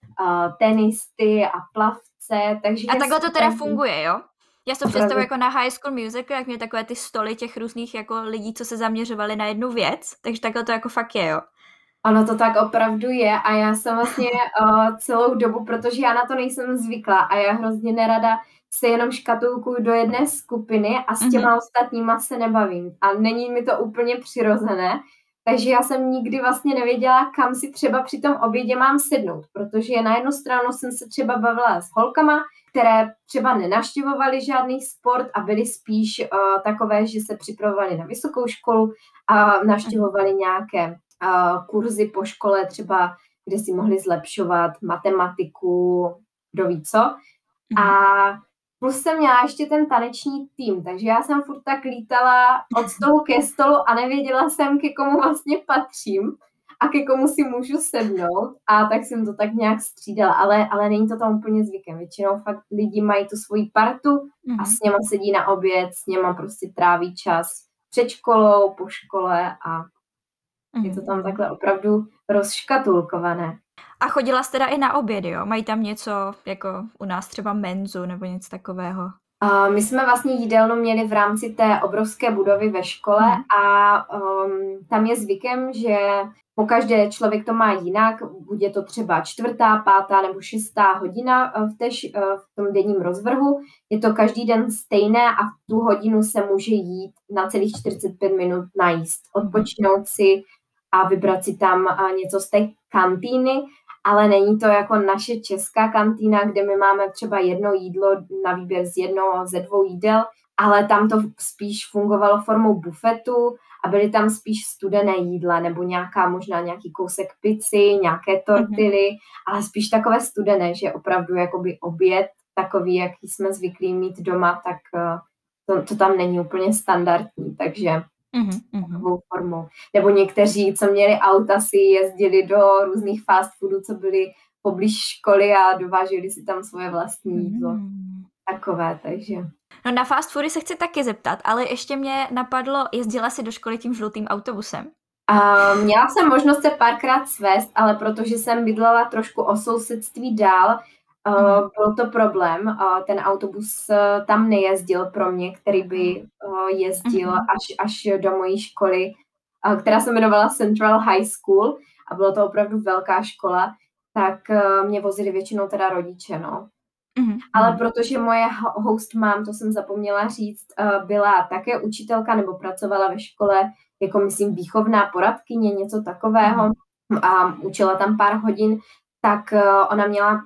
a tenisty a plavce. Takže a takhle to teda funguje, jo? Já si to představuji jako na High School Musical, jak měli takové ty stoly těch různých jako lidí, co se zaměřovali na jednu věc, takže takhle to jako fakt je, jo? Ono to tak opravdu je a já jsem vlastně uh, celou dobu, protože já na to nejsem zvyklá a já hrozně nerada se jenom škatulkuju do jedné skupiny a s těma mm-hmm. ostatníma se nebavím. A není mi to úplně přirozené, takže já jsem nikdy vlastně nevěděla, kam si třeba při tom obědě mám sednout, protože na jednu stranu jsem se třeba bavila s holkama, které třeba nenavštěvovaly žádný sport a byly spíš uh, takové, že se připravovaly na vysokou školu a navštěvovaly nějaké uh, kurzy po škole třeba, kde si mohli zlepšovat matematiku, kdo ví co. Mm. A plus jsem měla ještě ten taneční tým, takže já jsem furt tak lítala od stolu ke stolu a nevěděla jsem, ke komu vlastně patřím a ke komu si můžu sednout a tak jsem to tak nějak střídala, ale, ale není to tam úplně zvykem. Většinou fakt lidi mají tu svoji partu mm-hmm. a s něma sedí na oběd, s něma prostě tráví čas před školou, po škole a mm-hmm. je to tam takhle opravdu rozškatulkované. A chodila jste teda i na obědy, jo? Mají tam něco, jako u nás třeba menzu nebo něco takového? Uh, my jsme vlastně jídelnu měli v rámci té obrovské budovy ve škole hmm. a um, tam je zvykem, že pokaždé člověk to má jinak, bude to třeba čtvrtá, pátá nebo šestá hodina v, tež, v tom denním rozvrhu. Je to každý den stejné a v tu hodinu se může jít na celých čtyřicet pět minut najíst, odpočinout si a vybrat si tam něco z té kantýny, ale není to jako naše česká kantýna, kde my máme třeba jedno jídlo na výběr z jednoho, ze dvou jídel, ale tam to spíš fungovalo formou bufetu a byly tam spíš studené jídla nebo nějaká, možná nějaký kousek pici, nějaké tortily, mm-hmm. ale spíš takové studené, že opravdu jakoby oběd takový, jaký jsme zvyklí mít doma, tak to, to tam není úplně standardní, takže mm-hmm. takovou formou. Nebo někteří, co měli auta, si jezdili do různých fast foodů, co byly poblíž školy a dováželi si tam svoje vlastní jídlo. Mm. Takové, takže... No na fast foody se chci taky zeptat, ale ještě mě napadlo, jezdila jsi do školy tím žlutým autobusem? Uh, měla jsem možnost se párkrát svést, ale protože jsem bydlela trošku o sousedství dál, Uh, mm. byl to problém. Uh, ten autobus uh, tam nejezdil pro mě, který by uh, jezdil mm. až, až do mojí školy, uh, která se jmenovala Central High School a bylo to opravdu velká škola, tak uh, mě vozili většinou teda rodiče, no. Mm. Ale protože moje host mom, to jsem zapomněla říct, uh, byla také učitelka nebo pracovala ve škole jako myslím výchovná poradkyně, něco takového mm. a učila tam pár hodin, tak uh, ona měla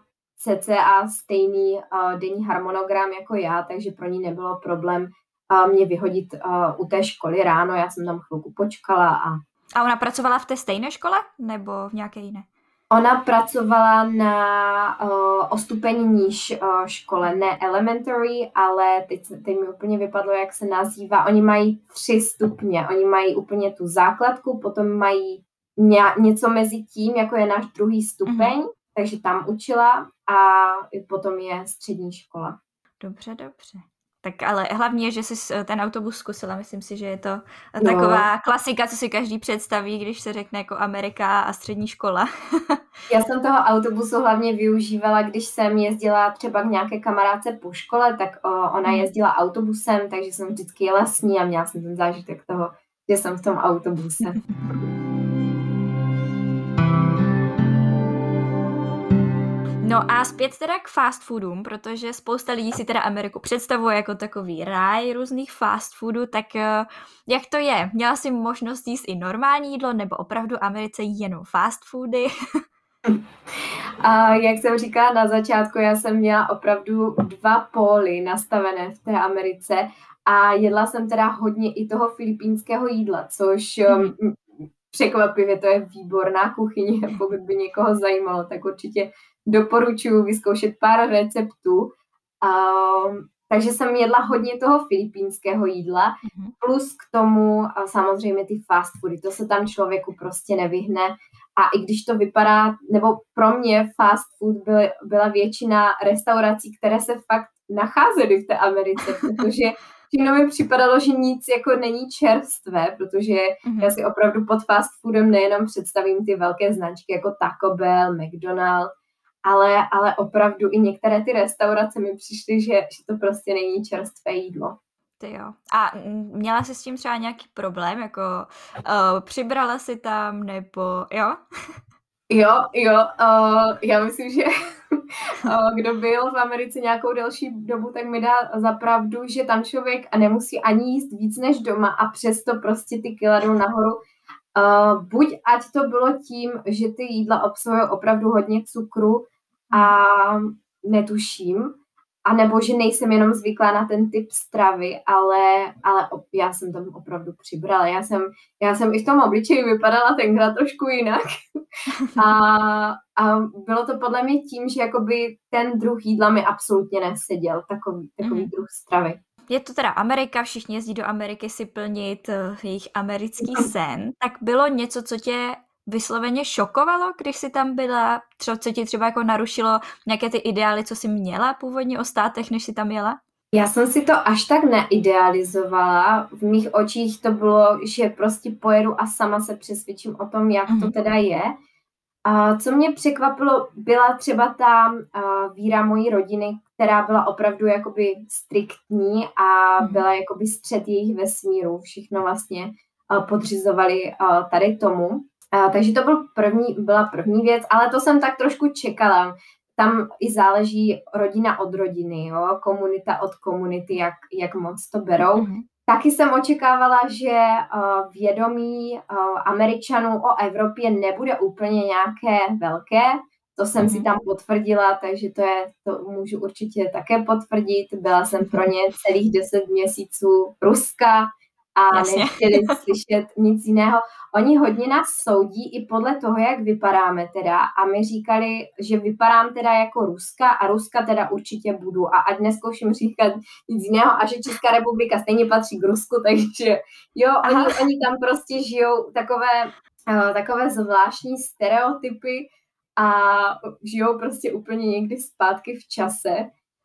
cca stejný uh, denní harmonogram jako já, takže pro ní nebylo problém uh, mě vyhodit uh, u té školy ráno, já jsem tam chvilku počkala. A... a ona pracovala v té stejné škole nebo v nějaké jiné? Ona pracovala na uh, o stupeň níž uh, škole, ne elementary, ale teď, teď mi úplně vypadlo, jak se nazývá. Oni mají tři stupně, oni mají úplně tu základku, potom mají ně, něco mezi tím, jako je náš druhý stupeň, mm-hmm. takže tam učila a potom je střední škola. Dobře, dobře. Tak ale hlavně, že jsi ten autobus zkusila, myslím si, že je to taková no. klasika, co si každý představí, když se řekne jako Amerika a střední škola. Já jsem toho autobusu hlavně využívala, když jsem jezdila třeba k nějaké kamarádce po škole, tak o, ona jezdila autobusem, takže jsem vždycky jela s ní a měla jsem ten zážitek toho, že jsem v tom autobuse. No a zpět teda k fast foodům, protože spousta lidí si teda Ameriku představuje jako takový ráj různých fast foodů, tak jak to je? Měla jsi možnost jíst i normální jídlo, nebo opravdu Americe jenom fast foody? A jak jsem říkala na začátku, já jsem měla opravdu dva póly nastavené v té Americe a jedla jsem teda hodně i toho filipínského jídla, což mm. překvapivě to je výborná kuchyně, pokud by někoho zajímalo, tak určitě doporučuji vyzkoušet pár receptů. Um, takže jsem jedla hodně toho filipínského jídla, Mhm. plus k tomu a samozřejmě ty fast foody, to se tam člověku prostě nevyhne. A i když to vypadá, nebo pro mě fast food byly, byla většina restaurací, které se fakt nacházely v té Americe, protože všechno mi připadalo, že nic jako není čerstvé, protože Mhm. já si opravdu pod fast foodem nejenom představím ty velké značky jako Taco Bell, McDonald's, ale, ale opravdu i některé ty restaurace mi přišly, že, že to prostě není čerstvé jídlo. Ty jo. A měla jsi s tím třeba nějaký problém, jako uh, přibrala si tam, nebo jo? Jo, jo, uh, já myslím, že uh, kdo byl v Americe nějakou delší dobu, tak mi dá za pravdu, že tam člověk nemusí ani jíst víc než doma a přesto prostě ty kila jdou nahoru. Uh, buď ať to bylo tím, že ty jídla obsahují opravdu hodně cukru a netuším, anebo že nejsem jenom zvyklá na ten typ stravy, ale, ale op, já jsem tam opravdu přibrala. Já jsem, já jsem i v tom obličeji vypadala tenkrát trošku jinak. a, a bylo to podle mě tím, že jakoby ten druh jídla mi absolutně neseděl, takový, takový mm. druh stravy. Je to teda Amerika, všichni jezdí do Ameriky si plnit uh, jejich americký sen. Tak bylo něco, co tě vysloveně šokovalo, když jsi tam byla? Třeba, co ti třeba jako narušilo nějaké ty ideály, co jsi měla původně o státech, než jsi tam jela? Já jsem si to až tak neidealizovala. V mých očích to bylo, že prostě pojedu a sama se přesvědčím o tom, jak mm-hmm. to teda je. A co mě překvapilo, byla třeba ta uh, víra mojí rodiny, která byla opravdu jakoby striktní a mm-hmm. byla jakoby střed jejich vesmíru. Všechno vlastně uh, podřizovali uh, tady tomu. Uh, takže to byl první, byla první věc, ale to jsem tak trošku čekala. Tam i záleží rodina od rodiny, jo? Komunita od komunity, jak, jak moc to berou. Mm-hmm. Taky jsem očekávala, že uh, vědomí uh, Američanů o Evropě nebude úplně nějaké velké. To jsem mm-hmm. si tam potvrdila, takže to, je, to můžu určitě také potvrdit. Byla jsem pro ně celých deset měsíců Ruska a Jasně. nechtěli slyšet nic jiného. Oni hodně nás soudí i podle toho, jak vypadáme teda a my říkali, že vypadám teda jako Ruska a Ruska teda určitě budu a ať neskouším říkat nic jiného a že Česká republika stejně patří k Rusku, takže jo, oni, oni tam prostě žijou takové, uh, takové zvláštní stereotypy a žijou prostě úplně někdy zpátky v čase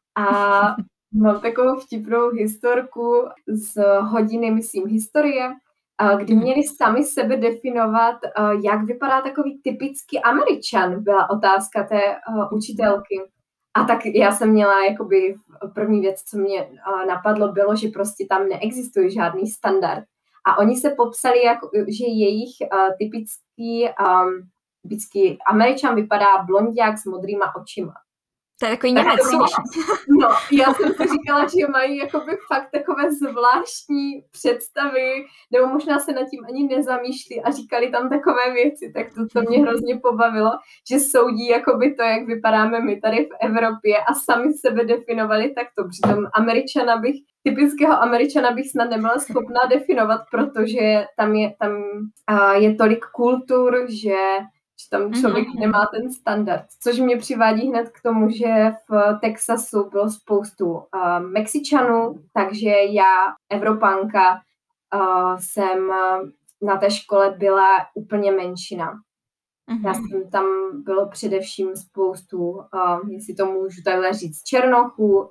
a mám takovou vtipnou historku z hodiny, myslím, historie, kdy měli sami sebe definovat, jak vypadá takový typický Američan, byla otázka té učitelky. A tak já jsem měla, jakoby první věc, co mě napadlo, bylo, že prostě tam neexistuje žádný standard. A oni se popsali, jako, že jejich typický, typický Američan vypadá blondiák s modrýma očima. To je takový Němec. No, já jsem si říkala, že mají jakoby fakt takové zvláštní představy, nebo možná se nad tím ani nezamýšlí a říkali tam takové věci, tak to, to mě hrozně pobavilo, že soudí jakoby to, jak vypadáme my tady v Evropě a sami sebe definovali takto. Přitom Američana bych, typického Američana bych snad nebyla schopná definovat, protože tam je, tam, uh, je tolik kultur, že že tam člověk mm-hmm. nemá ten standard, což mě přivádí hned k tomu, že v Texasu bylo spoustu uh, Mexičanů, takže já, Evropanka, uh, jsem uh, na té škole byla úplně menšina. Mm-hmm. Já jsem tam bylo především spoustu, uh, jestli to můžu takhle říct, Černochů,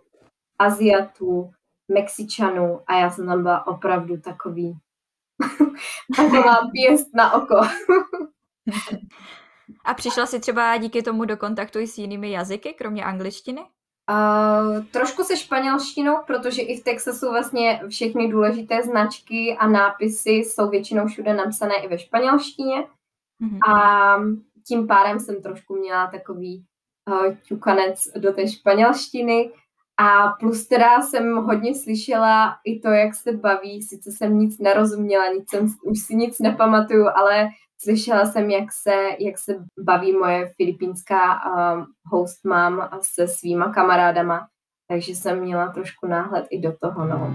Aziatů, Mexičanů a já jsem tam byla opravdu takový taková pěst na oko. A přišla jsi třeba díky tomu do kontaktu i s jinými jazyky, kromě angličtiny? Uh, trošku se španělštinou, protože i v Texasu vlastně všechny důležité značky a nápisy jsou většinou všude napsané i ve španělštině. Mm-hmm. A tím pádem jsem trošku měla takový uh, ťukanec do té španělštiny. A plus teda jsem hodně slyšela i to, jak se baví, sice jsem nic nerozuměla, nic jsem, už si nic nepamatuju, ale slyšela jsem, jak se, jak se baví moje filipínská um, host mom se svýma kamarádama, takže jsem měla trošku náhled i do toho, no.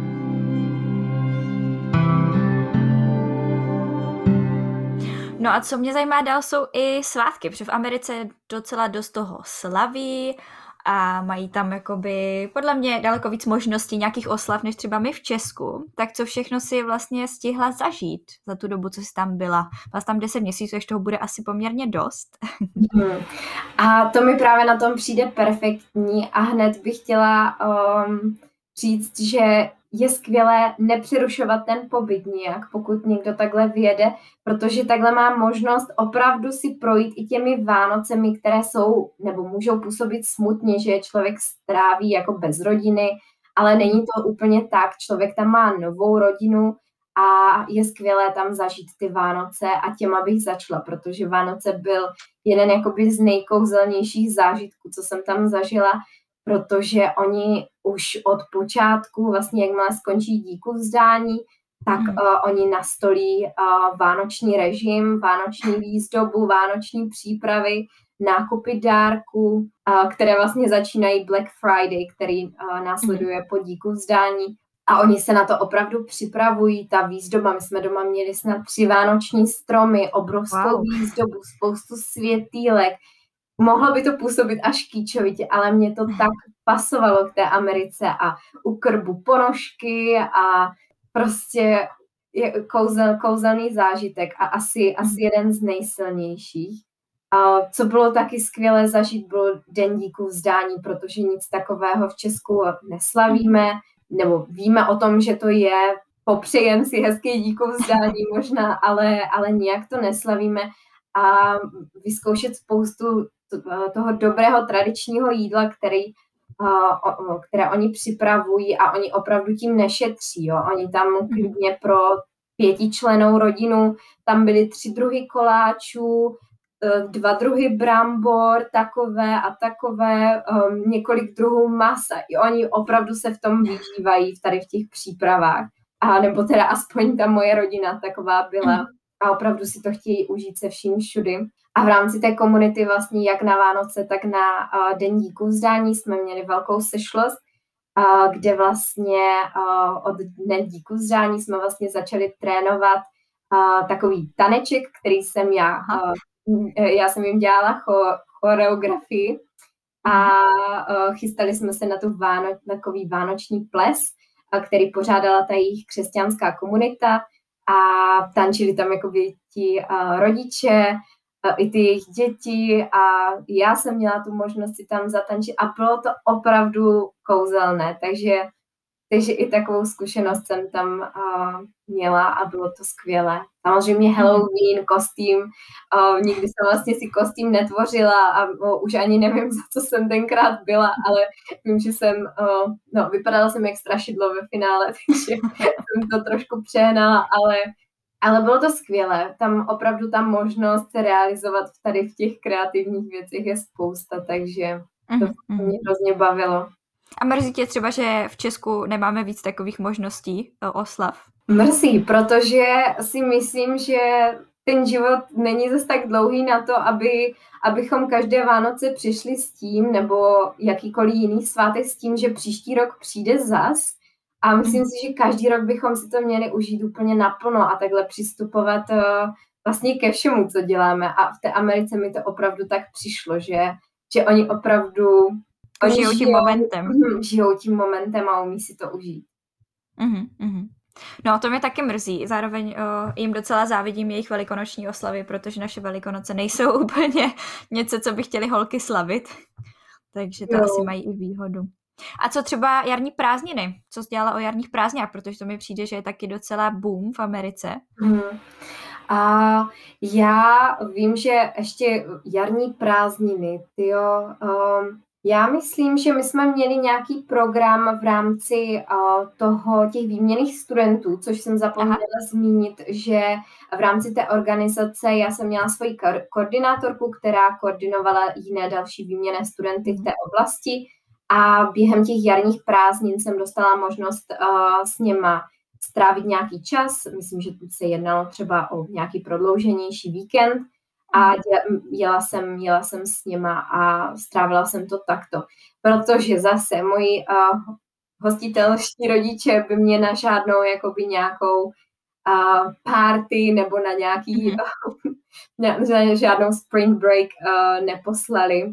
No a co mě zajímá dál, jsou i svátky, protože v Americe je docela dost toho slaví a mají tam jakoby podle mě daleko víc možností nějakých oslav, než třeba my v Česku. Tak co všechno si vlastně stihla zažít za tu dobu, co jsi tam byla? Vás tam deset měsíců, ještě toho bude asi poměrně dost. Hmm. A to mi právě na tom přijde perfektní a hned bych chtěla um, říct, že je skvělé nepřerušovat ten pobyt nijak, pokud někdo takhle vyjede, protože takhle má možnost opravdu si projít i těmi Vánocemi, které jsou nebo můžou působit smutně, že člověk stráví jako bez rodiny, ale není to úplně tak. Člověk tam má novou rodinu a je skvělé tam zažít ty Vánoce a těma bych začala, protože Vánoce byl jeden jakoby z nejkouzelnějších zážitků, co jsem tam zažila, protože oni už od počátku, vlastně jakmile skončí díku vzdání, tak mm. uh, oni nastolí uh, vánoční režim, vánoční výzdobu, vánoční přípravy, nákupy dárků, uh, které vlastně začínají Black Friday, který uh, následuje mm. po díku vzdání. A oni se na to opravdu připravují, ta výzdoba, my jsme doma měli snad tři vánoční stromy, obrovskou wow. výzdobu, spoustu světýlek. Mohlo by to působit až kýčovitě, ale mě to tak pasovalo k té Americe a u krbu ponožky a prostě je kouzel, kouzelný zážitek a asi, asi jeden z nejsilnějších. A co bylo taky skvělé zažít, byl Den díku vzdání, protože nic takového v Česku neslavíme, nebo víme o tom, že to je, popřejem si hezký díku vzdání možná, ale, ale nijak to neslavíme a vyzkoušet spoustu toho dobrého tradičního jídla, který, které oni připravují a oni opravdu tím nešetří. Jo. Oni tam klidně pro pětičlennou rodinu, tam byly tři druhy koláčů, dva druhy brambor, takové a takové, um, několik druhů masa. I oni opravdu se v tom vyžívají tady v těch přípravách. A nebo teda aspoň ta moje rodina taková byla. A opravdu si to chtějí užít se vším všudy. A v rámci té komunity vlastně jak na Vánoce, tak na uh, Den díku vzdání jsme měli velkou sešlost, uh, kde vlastně uh, od Dne díku vzdání jsme vlastně začali trénovat uh, takový taneček, který jsem já, uh, já jsem jim dělala cho- choreografii a uh, chystali jsme se na tu váno, takový vánoční ples, uh, který pořádala ta jejich křesťanská komunita a tančili tam jakoby ti uh, rodiče, i ty jejich děti a já jsem měla tu možnost si tam zatančit a bylo to opravdu kouzelné, takže, takže i takovou zkušenost jsem tam uh, měla a bylo to skvělé. Samozřejmě Halloween, kostým, uh, nikdy jsem vlastně si kostým netvořila a uh, už ani nevím, za co jsem tenkrát byla, ale vím, že jsem, uh, no vypadala jsem jak strašidlo ve finále, takže jsem to trošku přehnala, ale Ale bylo to skvělé, tam opravdu ta možnost se realizovat tady v těch kreativních věcech je spousta, takže to mm-hmm. mě hrozně bavilo. A mrzí tě třeba, že v Česku nemáme víc takových možností oslav? Mrzí, protože si myslím, že ten život není zase tak dlouhý na to, aby, abychom každé Vánoce přišli s tím, nebo jakýkoliv jiný svátek s tím, že příští rok přijde zas. A myslím si, že každý rok bychom si to měli užít úplně naplno a takhle přistupovat uh, vlastně ke všemu, co děláme. A v té Americe mi to opravdu tak přišlo, že, že oni opravdu oni žijou tím žijou, momentem. Mm, žijou tím momentem a umí si to užít. Mm-hmm, mm-hmm. No, to mě taky mrzí. Zároveň uh, jim docela závidím jejich velikonoční oslavy, protože naše velikonoce nejsou úplně něco, co by chtěli holky slavit. Takže to jo. asi mají i výhodu. A co třeba jarní prázdniny? Co jsi dělala o jarních prázdninách? Protože to mi přijde, že je taky docela boom v Americe. Hmm. A já vím, že ještě jarní prázdniny, tyjo, um, já myslím, že my jsme měli nějaký program v rámci uh, toho těch výměnných studentů, což jsem zapomněla Aha. zmínit, že v rámci té organizace já jsem měla svoji ko- koordinátorku, která koordinovala jiné další výměnné studenty v té oblasti. A během těch jarních prázdnin jsem dostala možnost uh, s něma strávit nějaký čas. Myslím, že tu se jednalo třeba o nějaký prodlouženější víkend a jela jsem, jela jsem s něma a strávila jsem to takto. Protože zase moji uh, hostitelští rodiče by mě na žádnou jakoby nějakou uh, party nebo na nějaký mm-hmm. uh, na, na žádnou spring break uh, neposlali.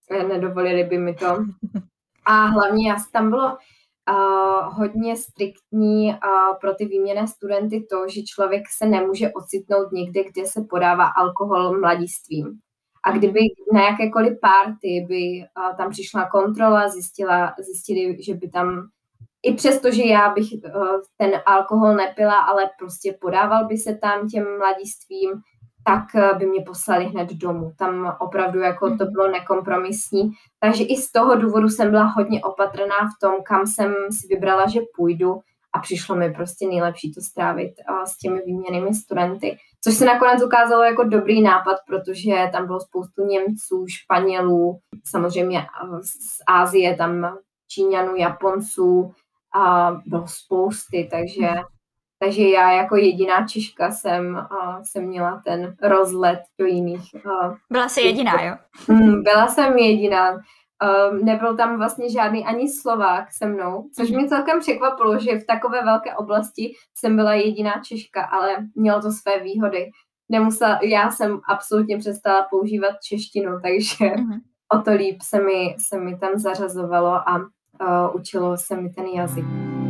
nedovolili by mi to. A hlavně já, tam bylo uh, hodně striktní uh, pro ty výměnné studenty to, že člověk se nemůže ocitnout někde, kde se podává alkohol mladistvím. A kdyby na jakékoliv party by uh, tam přišla kontrola, zjistila, zjistili, že by tam, i přesto, že já bych uh, ten alkohol nepila, ale prostě podával by se tam těm mladistvím, tak by mě poslali hned domů. Tam opravdu jako to bylo nekompromisní. Takže i z toho důvodu jsem byla hodně opatrná v tom, kam jsem si vybrala, že půjdu, a přišlo mi prostě nejlepší to strávit uh, s těmi výměnnými studenty. Což se nakonec ukázalo jako dobrý nápad, protože tam bylo spoustu Němců, Španělů, samozřejmě z Asie, tam Číňanů, Japonců, a bylo spousty, takže Takže já jako jediná Češka jsem, uh, jsem měla ten rozlet do jiných. Uh, Byla jsi jediná, jo? Mm, byla jsem jediná. Uh, nebyl tam vlastně žádný ani Slovák se mnou, což mě celkem překvapilo, že v takové velké oblasti jsem byla jediná Češka, ale mělo to své výhody. Nemusela, já jsem absolutně přestala používat češtinu, takže mm-hmm. o to líp se mi, se mi tam zařazovalo a uh, učilo se mi ten jazyk.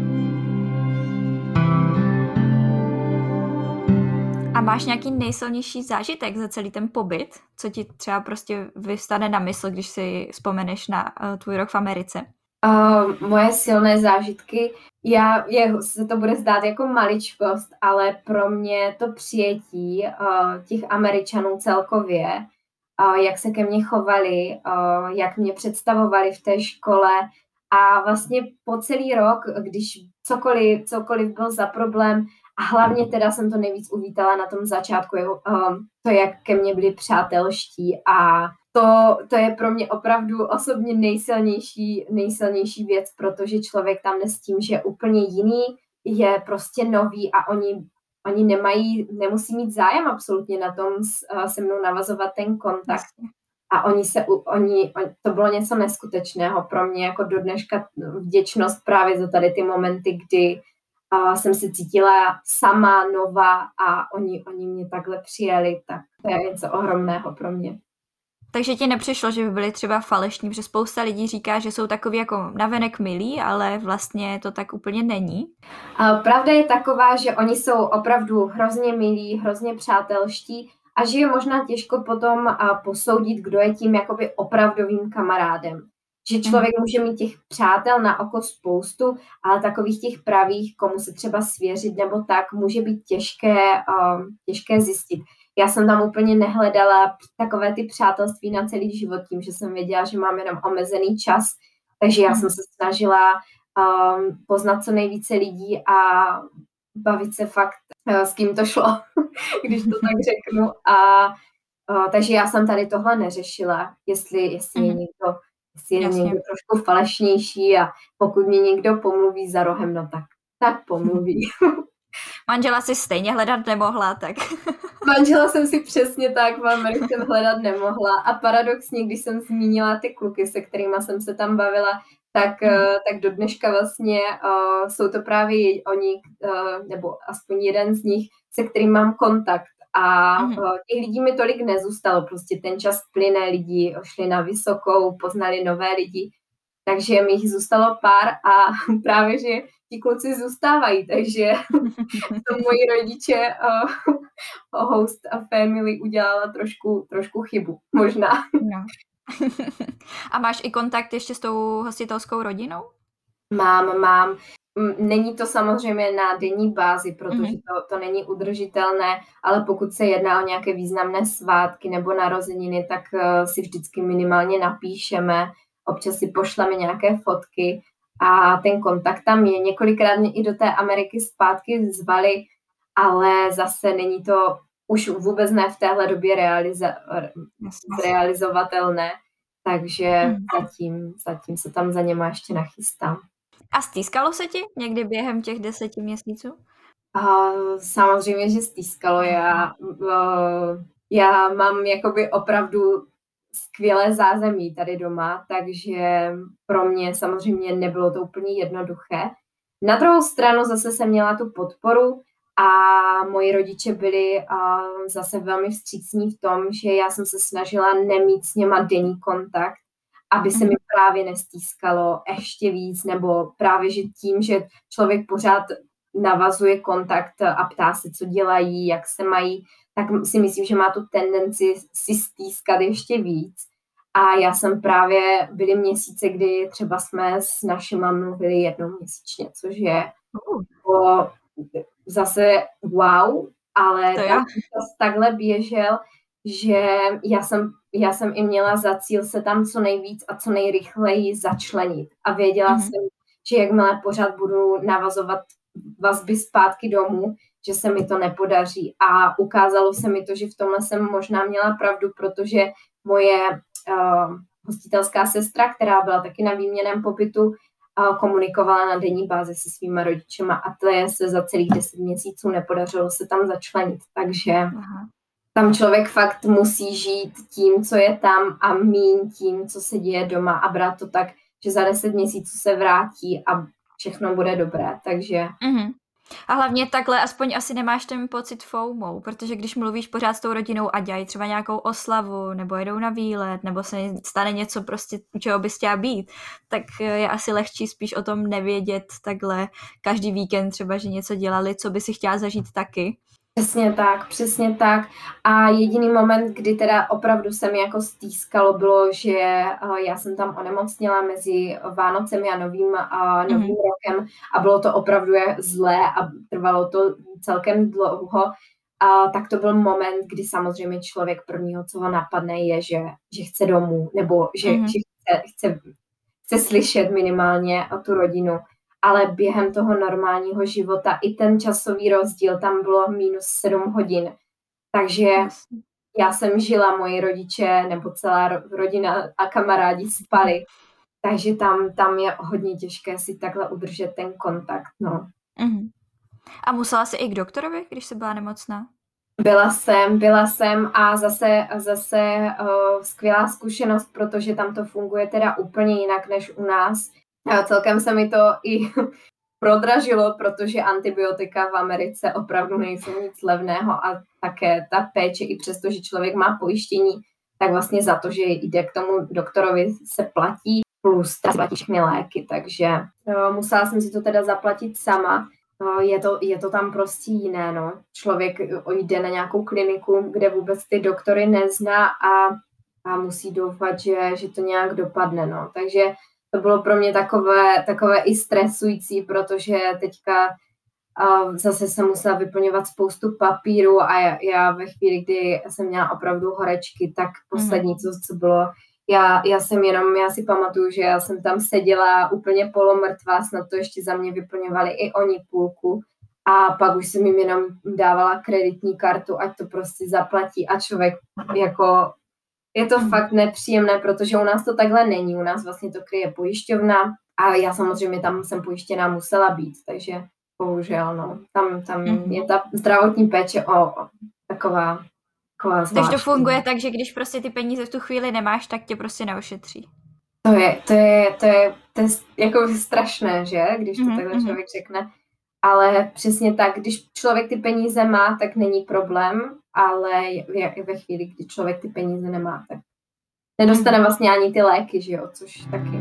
A máš nějaký nejsilnější zážitek za celý ten pobyt? Co ti třeba prostě vystane na mysl, když si vzpomeneš na uh, tvůj rok v Americe? Uh, moje silné zážitky, já, je, se to bude zdát jako maličkost, ale pro mě to přijetí uh, těch Američanů celkově, uh, jak se ke mně chovali, uh, jak mě představovali v té škole, a vlastně po celý rok, když cokoliv, cokoliv byl za problém, a hlavně teda jsem to nejvíc uvítala na tom začátku, um, to, jak ke mně byli přátelští, a to, to je pro mě opravdu osobně nejsilnější, nejsilnější věc, protože člověk tam jde s tím, že úplně jiný, je prostě nový a oni, oni nemají, nemusí mít zájem absolutně na tom uh, se mnou navazovat ten kontakt. A oni se, oni, to bylo něco neskutečného pro mě, jako do dneška vděčnost právě za tady ty momenty, kdy uh, jsem se cítila sama, nová, a oni, oni mě takhle přijali, tak to je něco ohromného pro mě. Takže ti nepřišlo, že by byli třeba falešní, protože spousta lidí říká, že jsou takový jako navenek milí, ale vlastně to tak úplně není? Uh, pravda je taková, že oni jsou opravdu hrozně milí, hrozně přátelští, a že je možná těžko potom uh, posoudit, kdo je tím jakoby opravdovým kamarádem. Že člověk mm. může mít těch přátel na oko spoustu, ale takových těch pravých, komu se třeba svěřit nebo tak, může být těžké, uh, těžké zjistit. Já jsem tam úplně nehledala takové ty přátelství na celý život tím, že jsem věděla, že mám jenom omezený čas, takže já mm. jsem se snažila um, poznat co nejvíce lidí a bavit se fakt, uh, s kým to šlo, když to tak řeknu. A uh, takže já jsem tady tohle neřešila, jestli, jestli mm. je někdo, jestli je někdo trošku falešnější, a pokud mě někdo pomluví za rohem, no tak, tak pomluví. Manžela si stejně hledat nemohla, tak... Manžela jsem si přesně tak v Americe hledat nemohla, a paradoxně, když jsem zmínila ty kluky, se kterými jsem se tam bavila, tak, mm. uh, tak do dneška vlastně uh, jsou to právě oni, uh, nebo aspoň jeden z nich, se kterým mám kontakt. A mm. uh, těch lidí mi tolik nezůstalo, prostě ten čas plyne, lidi šli na vysokou, poznali nové lidi, takže mi jich zůstalo pár, a právě, že ti kluci zůstávají, takže to moji rodiče uh, host a family udělala trošku, trošku chybu, možná. No. A máš i kontakt ještě s tou hostitelskou rodinou? Mám, mám. Není to samozřejmě na denní bázi, protože mm-hmm. to, to není udržitelné, ale pokud se jedná o nějaké významné svátky nebo narozeniny, tak uh, si vždycky minimálně napíšeme, občas si pošleme nějaké fotky, a ten kontakt tam je. Několikrát mě i do té Ameriky zpátky zvali, ale zase není to už vůbec ne v téhle době realiza- realizovatelné, takže hmm. zatím, zatím se tam za něma ještě nachystám. A stýskalo se ti někdy během těch deseti měsíců? Uh, samozřejmě, že stýskalo. Já, uh, já mám jakoby opravdu skvělé zázemí tady doma, takže pro mě samozřejmě nebylo to úplně jednoduché. Na druhou stranu zase jsem měla tu podporu, a moji rodiče byli uh, zase velmi vstřícní v tom, že já jsem se snažila nemít s něma denní kontakt, aby se mi právě nestýskalo ještě víc, nebo právě, že tím, že člověk pořád navazuje kontakt a ptá se, co dělají, jak se mají, tak si myslím, že má tu tendenci si stýskat ještě víc. A já jsem právě, byly měsíce, kdy třeba jsme s našima mluvili jednou měsíčně, což je uh. zase wow, ale to tam čas takhle běžel, že já jsem, já jsem i měla za cíl se tam co nejvíc a co nejrychleji začlenit. A věděla mm-hmm. jsem, že jakmile pořád budu navazovat vazby zpátky domů, že se mi to nepodaří. A ukázalo se mi to, že v tomhle jsem možná měla pravdu, protože moje uh, hostitelská sestra, která byla taky na výměnném pobytu, uh, komunikovala na denní bázi se svýma rodičema a to je se za celých deset měsíců nepodařilo se tam začlenit. Takže Aha. tam člověk fakt musí žít tím, co je tam a míň tím, co se děje doma a brát to tak, že za deset měsíců se vrátí a všechno bude dobré, takže... Mm-hmm. A hlavně takhle aspoň asi nemáš ten pocit FOMO, protože když mluvíš pořád s tou rodinou a dělají třeba nějakou oslavu, nebo jedou na výlet, nebo se stane něco prostě, u čeho bys chtěla být, tak je asi lehčí spíš o tom nevědět takhle každý víkend třeba, že něco dělali, co by si chtěla zažít taky. Přesně tak, přesně tak. A jediný moment, kdy teda opravdu se mi jako stýskalo, bylo, že uh, já jsem tam onemocněla mezi Vánocemi a novým, uh, novým mm-hmm. rokem a bylo to opravdu zlé a trvalo to celkem dlouho. Uh, tak to byl moment, kdy samozřejmě člověk prvního, co ho napadne, je, že, že chce domů, nebo že, mm-hmm. že chce, chce, chce slyšet minimálně o tu rodinu. Ale během toho normálního života i ten časový rozdíl, tam bylo minus sedm hodin. Takže já jsem žila, moji rodiče nebo celá rodina a kamarádi spali. Takže tam, tam je hodně těžké si takhle udržet ten kontakt. No. Uh-huh. A musela jsi i k doktorovi, když jsi byla nemocná? Byla jsem, byla jsem a zase, zase uh, skvělá zkušenost, protože tam to funguje teda úplně jinak než u nás. A celkem se mi to i prodražilo, protože antibiotika v Americe opravdu nejsou nic levného a také ta péče, i přesto, že člověk má pojištění, tak vlastně za to, že jde k tomu doktorovi, se platí, plus platí všechny léky, takže no, musela jsem si to teda zaplatit sama. No, je, to, je to tam prostě jiné, no. Člověk jde na nějakou kliniku, kde vůbec ty doktory nezná a, a musí doufat, že, že to nějak dopadne, no. Takže to bylo pro mě takové, takové i stresující, protože teďka uh, zase jsem musela vyplňovat spoustu papíru a já, já ve chvíli, kdy jsem měla opravdu horečky, tak poslední, co, co bylo, já, já jsem jenom, já si pamatuju, že já jsem tam seděla úplně polomrtvá, snad to ještě za mě vyplňovali i oni půlku a pak už jsem jim jenom dávala kreditní kartu, ať to prostě zaplatí a člověk jako... Je to fakt nepříjemné, protože u nás to takhle není. U nás vlastně to kryje pojišťovna a já samozřejmě tam jsem pojištěná musela být, takže bohužel, no. Tam, tam mm-hmm. je ta zdravotní péče o, o taková, taková zvláštní. Takže to funguje tak, že když prostě ty peníze v tu chvíli nemáš, tak tě prostě neošetří. To je, to je, to je, to je jako strašné, že? Když to mm-hmm. takhle člověk řekne. Ale přesně tak, když člověk ty peníze má, tak není problém, ale ve chvíli, kdy člověk ty peníze nemá, tak nedostane vlastně ani ty léky, že jo, což taky.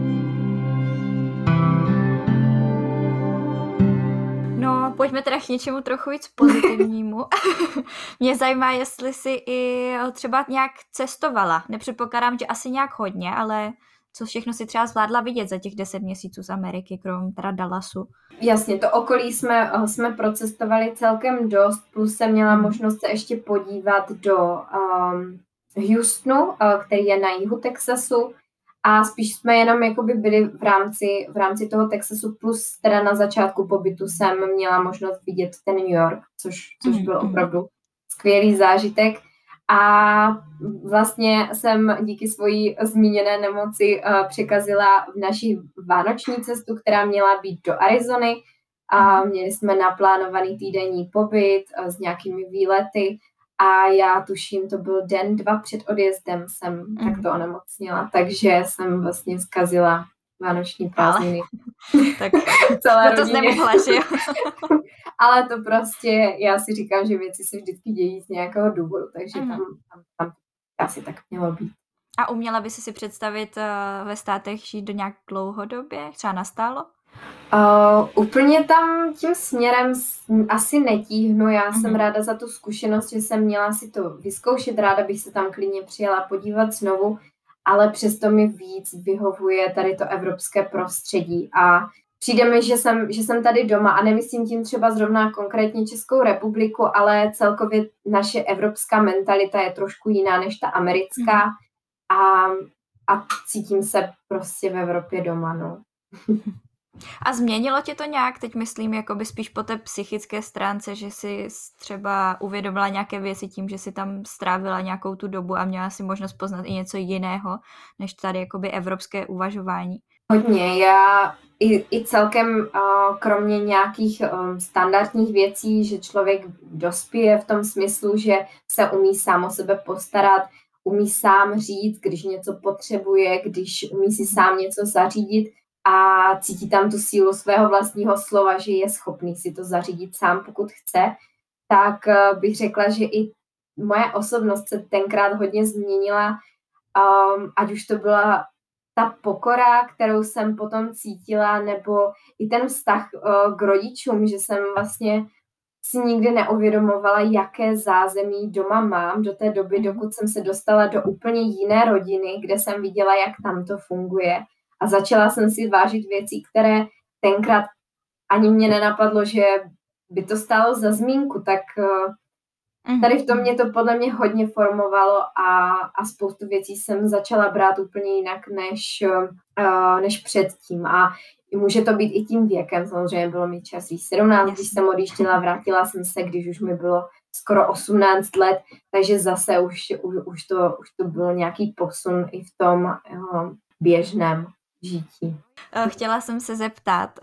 No, pojďme teda k něčemu trochu víc pozitivnímu. Mě zajímá, jestli jsi i třeba nějak cestovala. Nepředpokládám, že asi nějak hodně, ale co všechno si třeba zvládla vidět za těch deset měsíců z Ameriky, krom teda Dallasu? Jasně, to okolí jsme, jsme procestovali celkem dost, plus jsem měla možnost se ještě podívat do um, Houstonu, uh, který je na jihu Texasu, a spíš jsme jenom jakoby byli v rámci, v rámci toho Texasu, plus teda na začátku pobytu jsem měla možnost vidět ten New York, což, což byl opravdu skvělý zážitek. A vlastně jsem díky svojí zmíněné nemoci uh, překazila v naši vánoční cestu, která měla být do Arizony. A měli jsme naplánovaný týdenní pobyt uh, s nějakými výlety a já tuším, to byl den, dva před odjezdem jsem mm. takto onemocněla, takže jsem vlastně zkazila vánoční prázdniny. Tak celé to nemohla, že jo? Ale to prostě, já si říkám, že věci se vždycky dějí z nějakého důvodu, takže mm. tam, tam, tam asi tak mělo být. A uměla by si si představit uh, ve státech žít do nějak dlouhodobě, třeba nastálo? Uh, úplně tam tím směrem asi netíhnu. Já mm-hmm. jsem ráda za tu zkušenost, že jsem měla si to vyzkoušet, ráda bych se tam klidně přijela podívat znovu, ale přesto mi víc vyhovuje tady to evropské prostředí a přijde mi, že jsem, že jsem tady doma a nemyslím tím třeba zrovna konkrétně Českou republiku, ale celkově naše evropská mentalita je trošku jiná než ta americká mm-hmm. a, a cítím se prostě v Evropě doma, no. A změnilo tě to nějak, teď myslím, jakoby spíš po té psychické stránce, že jsi třeba uvědomila nějaké věci tím, že jsi tam strávila nějakou tu dobu a měla si možnost poznat i něco jiného, než tady jakoby evropské uvažování? Hodně, já i, i celkem uh, kromě nějakých um, standardních věcí, že člověk dospěje v tom smyslu, že se umí sám o sebe postarat, umí sám říct, když něco potřebuje, když umí si sám něco zařídit, a cítí tam tu sílu svého vlastního slova, že je schopný si to zařídit sám, pokud chce, tak bych řekla, že i moje osobnost se tenkrát hodně změnila, um, ať už to byla ta pokora, kterou jsem potom cítila, nebo i ten vztah uh, k rodičům, že jsem vlastně si nikdy neuvědomovala, jaké zázemí doma mám do té doby, dokud jsem se dostala do úplně jiné rodiny, kde jsem viděla, jak tam to funguje. A začala jsem si vážit věcí, které tenkrát ani mě nenapadlo, že by to stálo za zmínku, tak tady v tom mě to podle mě hodně formovalo a, a spoustu věcí jsem začala brát úplně jinak než, uh, než předtím. A může to být i tím věkem, samozřejmě bylo mi časí sedmnáct, když jsem odjížděla, vrátila jsem se, když už mi bylo skoro osmnáct let, takže zase už, už, už, to, už to byl nějaký posun i v tom uh, běžném žití. Chtěla jsem se zeptat,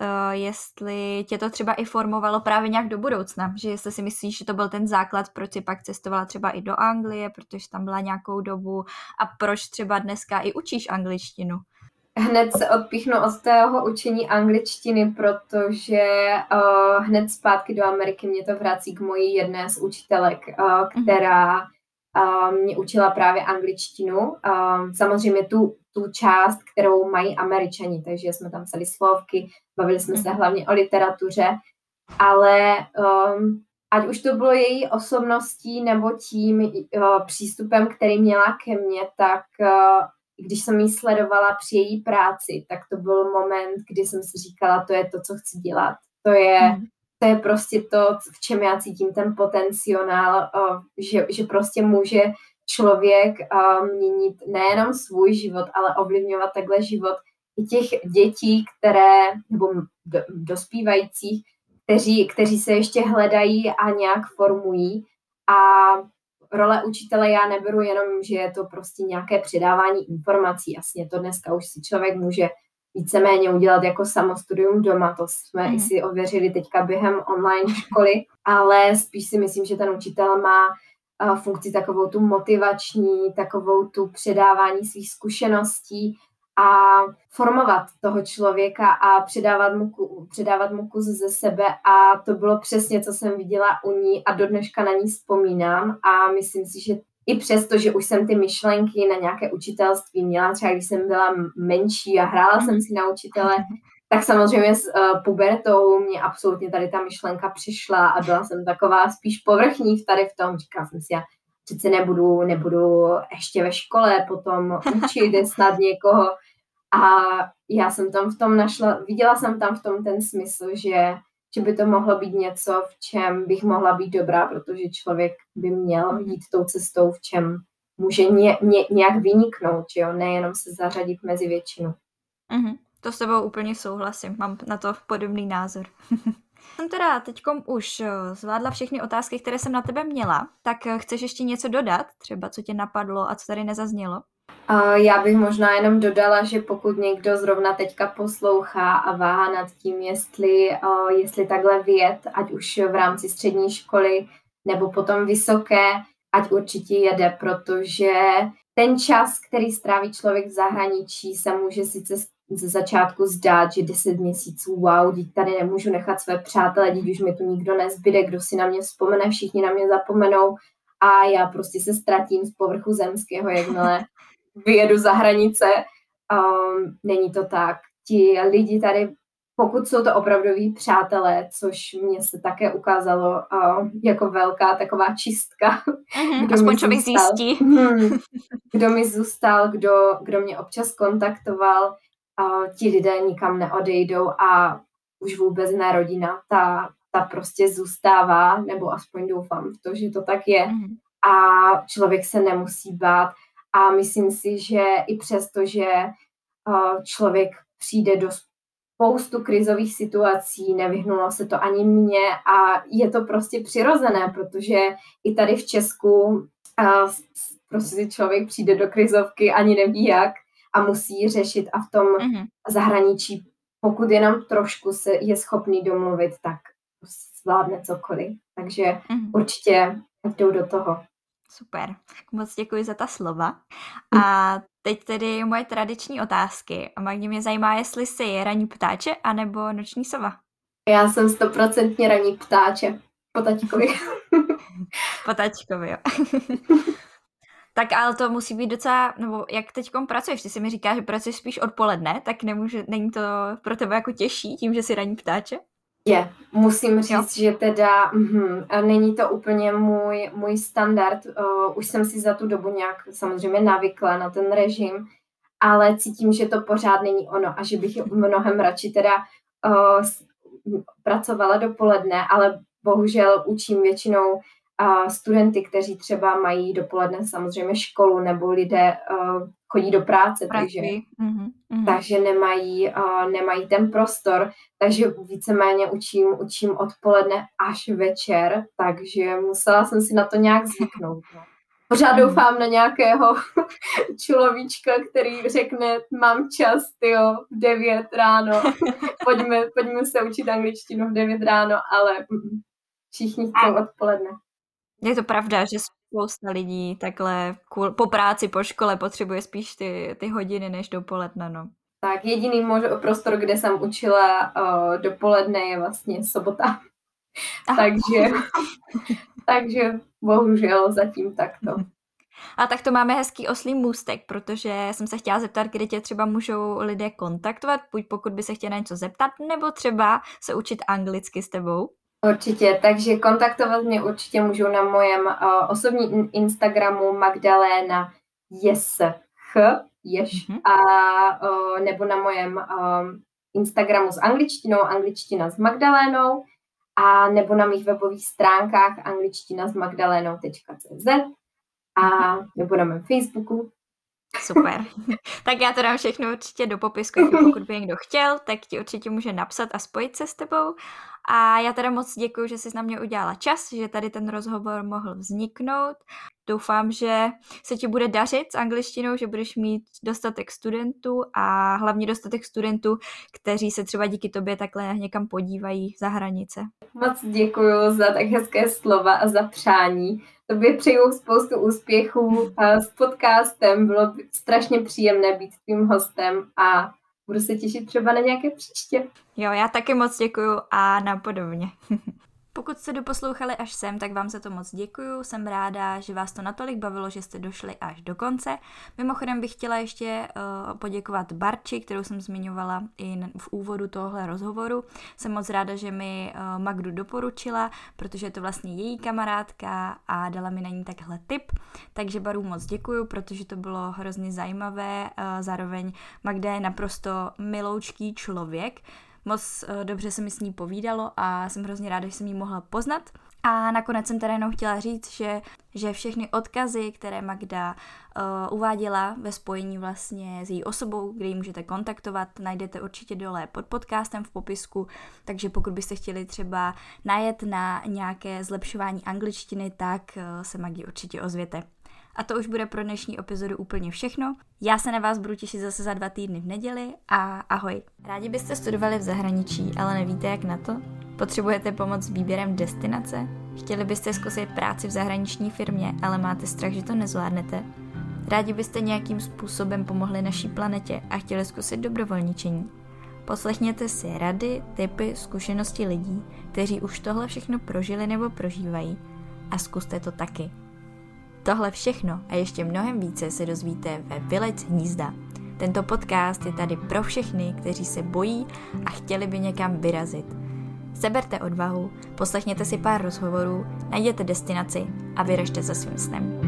jestli tě to třeba i formovalo právě nějak do budoucna, že jestli si myslíš, že to byl ten základ, proč jsi pak cestovala třeba i do Anglie, protože tam byla nějakou dobu a proč třeba dneska i učíš angličtinu? Hned se odpíchnu od toho učení angličtiny, protože uh, hned zpátky do Ameriky mě to vrací k mojí jedné z učitelek, uh, která uh, mě učila právě angličtinu. Uh, samozřejmě tu tu část, kterou mají Američani, takže jsme tam psali slovky, bavili jsme se hlavně o literatuře, ale um, ať už to bylo její osobností nebo tím uh, přístupem, který měla ke mně, tak uh, když jsem ji sledovala při její práci, tak to byl moment, kdy jsem si říkala, to je to, co chci dělat. To je, mm. to je prostě to, v čem já cítím ten potenciál, uh, že, že prostě může člověk uh, měnit nejenom svůj život, ale ovlivňovat takhle život i těch dětí, které, nebo do, dospívajících, kteří, kteří se ještě hledají a nějak formují. A role učitele já neberu jenom, že je to prostě nějaké předávání informací. Jasně, to dneska už si člověk může víceméně udělat jako samostudium doma, to jsme mm. i si ověřili teďka během online školy, ale spíš si myslím, že ten učitel má funkci takovou tu motivační, takovou tu předávání svých zkušeností a formovat toho člověka a předávat mu, předávat mu kus ze sebe a to bylo přesně, co jsem viděla u ní a do dneška na ní vzpomínám a myslím si, že i přesto, že už jsem ty myšlenky na nějaké učitelství měla, třeba když jsem byla menší a hrála jsem si na učitele, tak samozřejmě s uh, pubertou mě absolutně tady ta myšlenka přišla a byla jsem taková spíš povrchní v tady v tom. Říkala jsem si, já přece nebudu, nebudu ještě ve škole potom učit snad někoho. A já jsem tam v tom našla, viděla jsem tam v tom ten smysl, že, že by to mohlo být něco, v čem bych mohla být dobrá, protože člověk by měl jít tou cestou, v čem může ně, ně, nějak vyniknout, že jo? Nejenom se zařadit mezi většinu. Mm-hmm. To s tebou úplně souhlasím, mám na to podobný názor. Jsem teda teďkom už zvládla všechny otázky, které jsem na tebe měla, tak chceš ještě něco dodat, třeba co tě napadlo a co tady nezaznělo? Uh, já bych možná jenom dodala, že pokud někdo zrovna teďka poslouchá a váhá nad tím, jestli, uh, jestli takhle vyjet, ať už v rámci střední školy nebo potom vysoké, ať určitě jede, protože ten čas, který stráví člověk v zahraničí, se může sice ze začátku zdát, že deset měsíců, wow, teď tady nemůžu nechat své přátele, teď už mi tu nikdo nezbyde, kdo si na mě vzpomene, všichni na mě zapomenou a já prostě se ztratím z povrchu zemského, jakmile vyjedu za hranice. Um, není to tak. Ti lidi tady, pokud jsou to opravdoví přátelé, což mně se také ukázalo uh, jako velká taková čistka. Mm-hmm, kdo aspoň člověk zjistí. Hmm, kdo mi zůstal, kdo, kdo mě občas kontaktoval, uh, ti lidé nikam neodejdou a už vůbec ne rodina. Ta, ta prostě zůstává, nebo aspoň doufám v to, že to tak je. Mm-hmm. A člověk se nemusí bát. A myslím si, že i přesto, že uh, člověk přijde do spoustu krizových situací, nevyhnulo se to ani mně a je to prostě přirozené, protože i tady v Česku uh, prostě člověk přijde do krizovky, ani neví jak a musí ji řešit a v tom mm-hmm. zahraničí, pokud jenom trošku se je schopný domluvit, tak zvládne cokoliv. Takže mm-hmm. určitě jdou do toho. Super, moc děkuji za ta slova. A teď tedy moje tradiční otázky. A Magdi, mě zajímá, jestli jsi ranní ptáče anebo noční sova. Já jsem stoprocentně ranní ptáče. Po taťkovi. Po taťkovi, jo. Tak ale to musí být docela, nebo jak teďkom pracuješ? Ty si mi říkáš, že pracuješ spíš odpoledne, tak nemůže, není to pro tebe jako těžší tím, že jsi ranní ptáče? Je, musím říct, jo. že teda mm, není to úplně můj, můj standard. Uh, už jsem si za tu dobu nějak samozřejmě navykla na ten režim, ale cítím, že to pořád není ono a že bych mnohem radši teda uh, pracovala dopoledne, ale bohužel učím většinou uh, studenty, kteří třeba mají dopoledne samozřejmě školu nebo lidé uh, chodí do práce, takže, mm-hmm, mm-hmm. takže nemají, uh, nemají ten prostor, takže víceméně učím, učím odpoledne až večer, takže musela jsem si na to nějak zvyknout. No. Pořád mm-hmm. doufám na nějakého človíčka, který řekne, mám čas, tyjo, v devět ráno, pojďme, pojďme se učit angličtinu v devět ráno, ale mm, všichni chcou odpoledne. Je to pravda, že spousta lidí takhle po práci, po škole potřebuje spíš ty, ty hodiny než dopoledne, no. Tak jediný mož- prostor, kde jsem učila uh, dopoledne, je vlastně sobota. takže, takže bohužel zatím takto. A tak to máme hezký oslý můstek, protože jsem se chtěla zeptat, kde tě třeba můžou lidé kontaktovat, buď pokud by se chtěli na něco zeptat, nebo třeba se učit anglicky s tebou. Určitě, takže kontaktovat mě určitě můžou na mojem uh, osobním Instagramu Magdalena Jesch, jež, mm-hmm. a uh, nebo na mojem um, Instagramu s angličtinou, angličtina s Magdalénou, a nebo na mých webových stránkách angličtina s magdalénou tečka cé zet a nebo na mém Facebooku. Super. Tak já to dám všechno určitě do popisku, pokud by někdo chtěl, tak ti určitě může napsat a spojit se s tebou. A já teda moc děkuji, že jsi na mě udělala čas, že tady ten rozhovor mohl vzniknout. Doufám, že se ti bude dařit s angličtinou, že budeš mít dostatek studentů a hlavně dostatek studentů, kteří se třeba díky tobě takhle někam podívají za hranice. Moc děkuji za tak hezké slova a za přání. Tobě přeju spoustu úspěchů s podcastem, bylo strašně příjemné být tvým hostem a budu se těšit třeba na nějaké příště. Jo, já taky moc děkuju a napodobně. Pokud jste doposlouchali až sem, tak vám za to moc děkuju. Jsem ráda, že vás to natolik bavilo, že jste došli až do konce. Mimochodem bych chtěla ještě uh, poděkovat Barči, kterou jsem zmiňovala i v úvodu tohle rozhovoru. Jsem moc ráda, že mi uh, Magdu doporučila, protože je to vlastně její kamarádka a dala mi na ní takhle tip. Takže Baru moc děkuju, protože to bylo hrozně zajímavé. Uh, zároveň Magda je naprosto miloučký člověk. Moc uh, dobře se mi s ní povídalo a jsem hrozně ráda, že jsem ji mohla poznat. A nakonec jsem teda jenom chtěla říct, že, že všechny odkazy, které Magda uh, uváděla ve spojení vlastně s její osobou, kde ji můžete kontaktovat, najdete určitě dole pod podcastem v popisku, takže pokud byste chtěli třeba najet na nějaké zlepšování angličtiny, tak uh, se Magdi určitě ozvěte. A to už bude pro dnešní epizodu úplně všechno. Já se na vás budu těšit zase za dva týdny v neděli a ahoj. Rádi byste studovali v zahraničí, ale nevíte jak na to? Potřebujete pomoc s výběrem destinace? Chtěli byste zkusit práci v zahraniční firmě, ale máte strach, že to nezvládnete? Rádi byste nějakým způsobem pomohli naší planetě a chtěli zkusit dobrovolničení? Poslechněte si rady, tipy, zkušenosti lidí, kteří už tohle všechno prožili nebo prožívají a zkuste to taky. Tohle všechno a ještě mnohem více se dozvíte ve Vylec hnízda. Tento podcast je tady pro všechny, kteří se bojí a chtěli by někam vyrazit. Seberte odvahu, poslechněte si pár rozhovorů, najděte destinaci a vyražte za svým snem.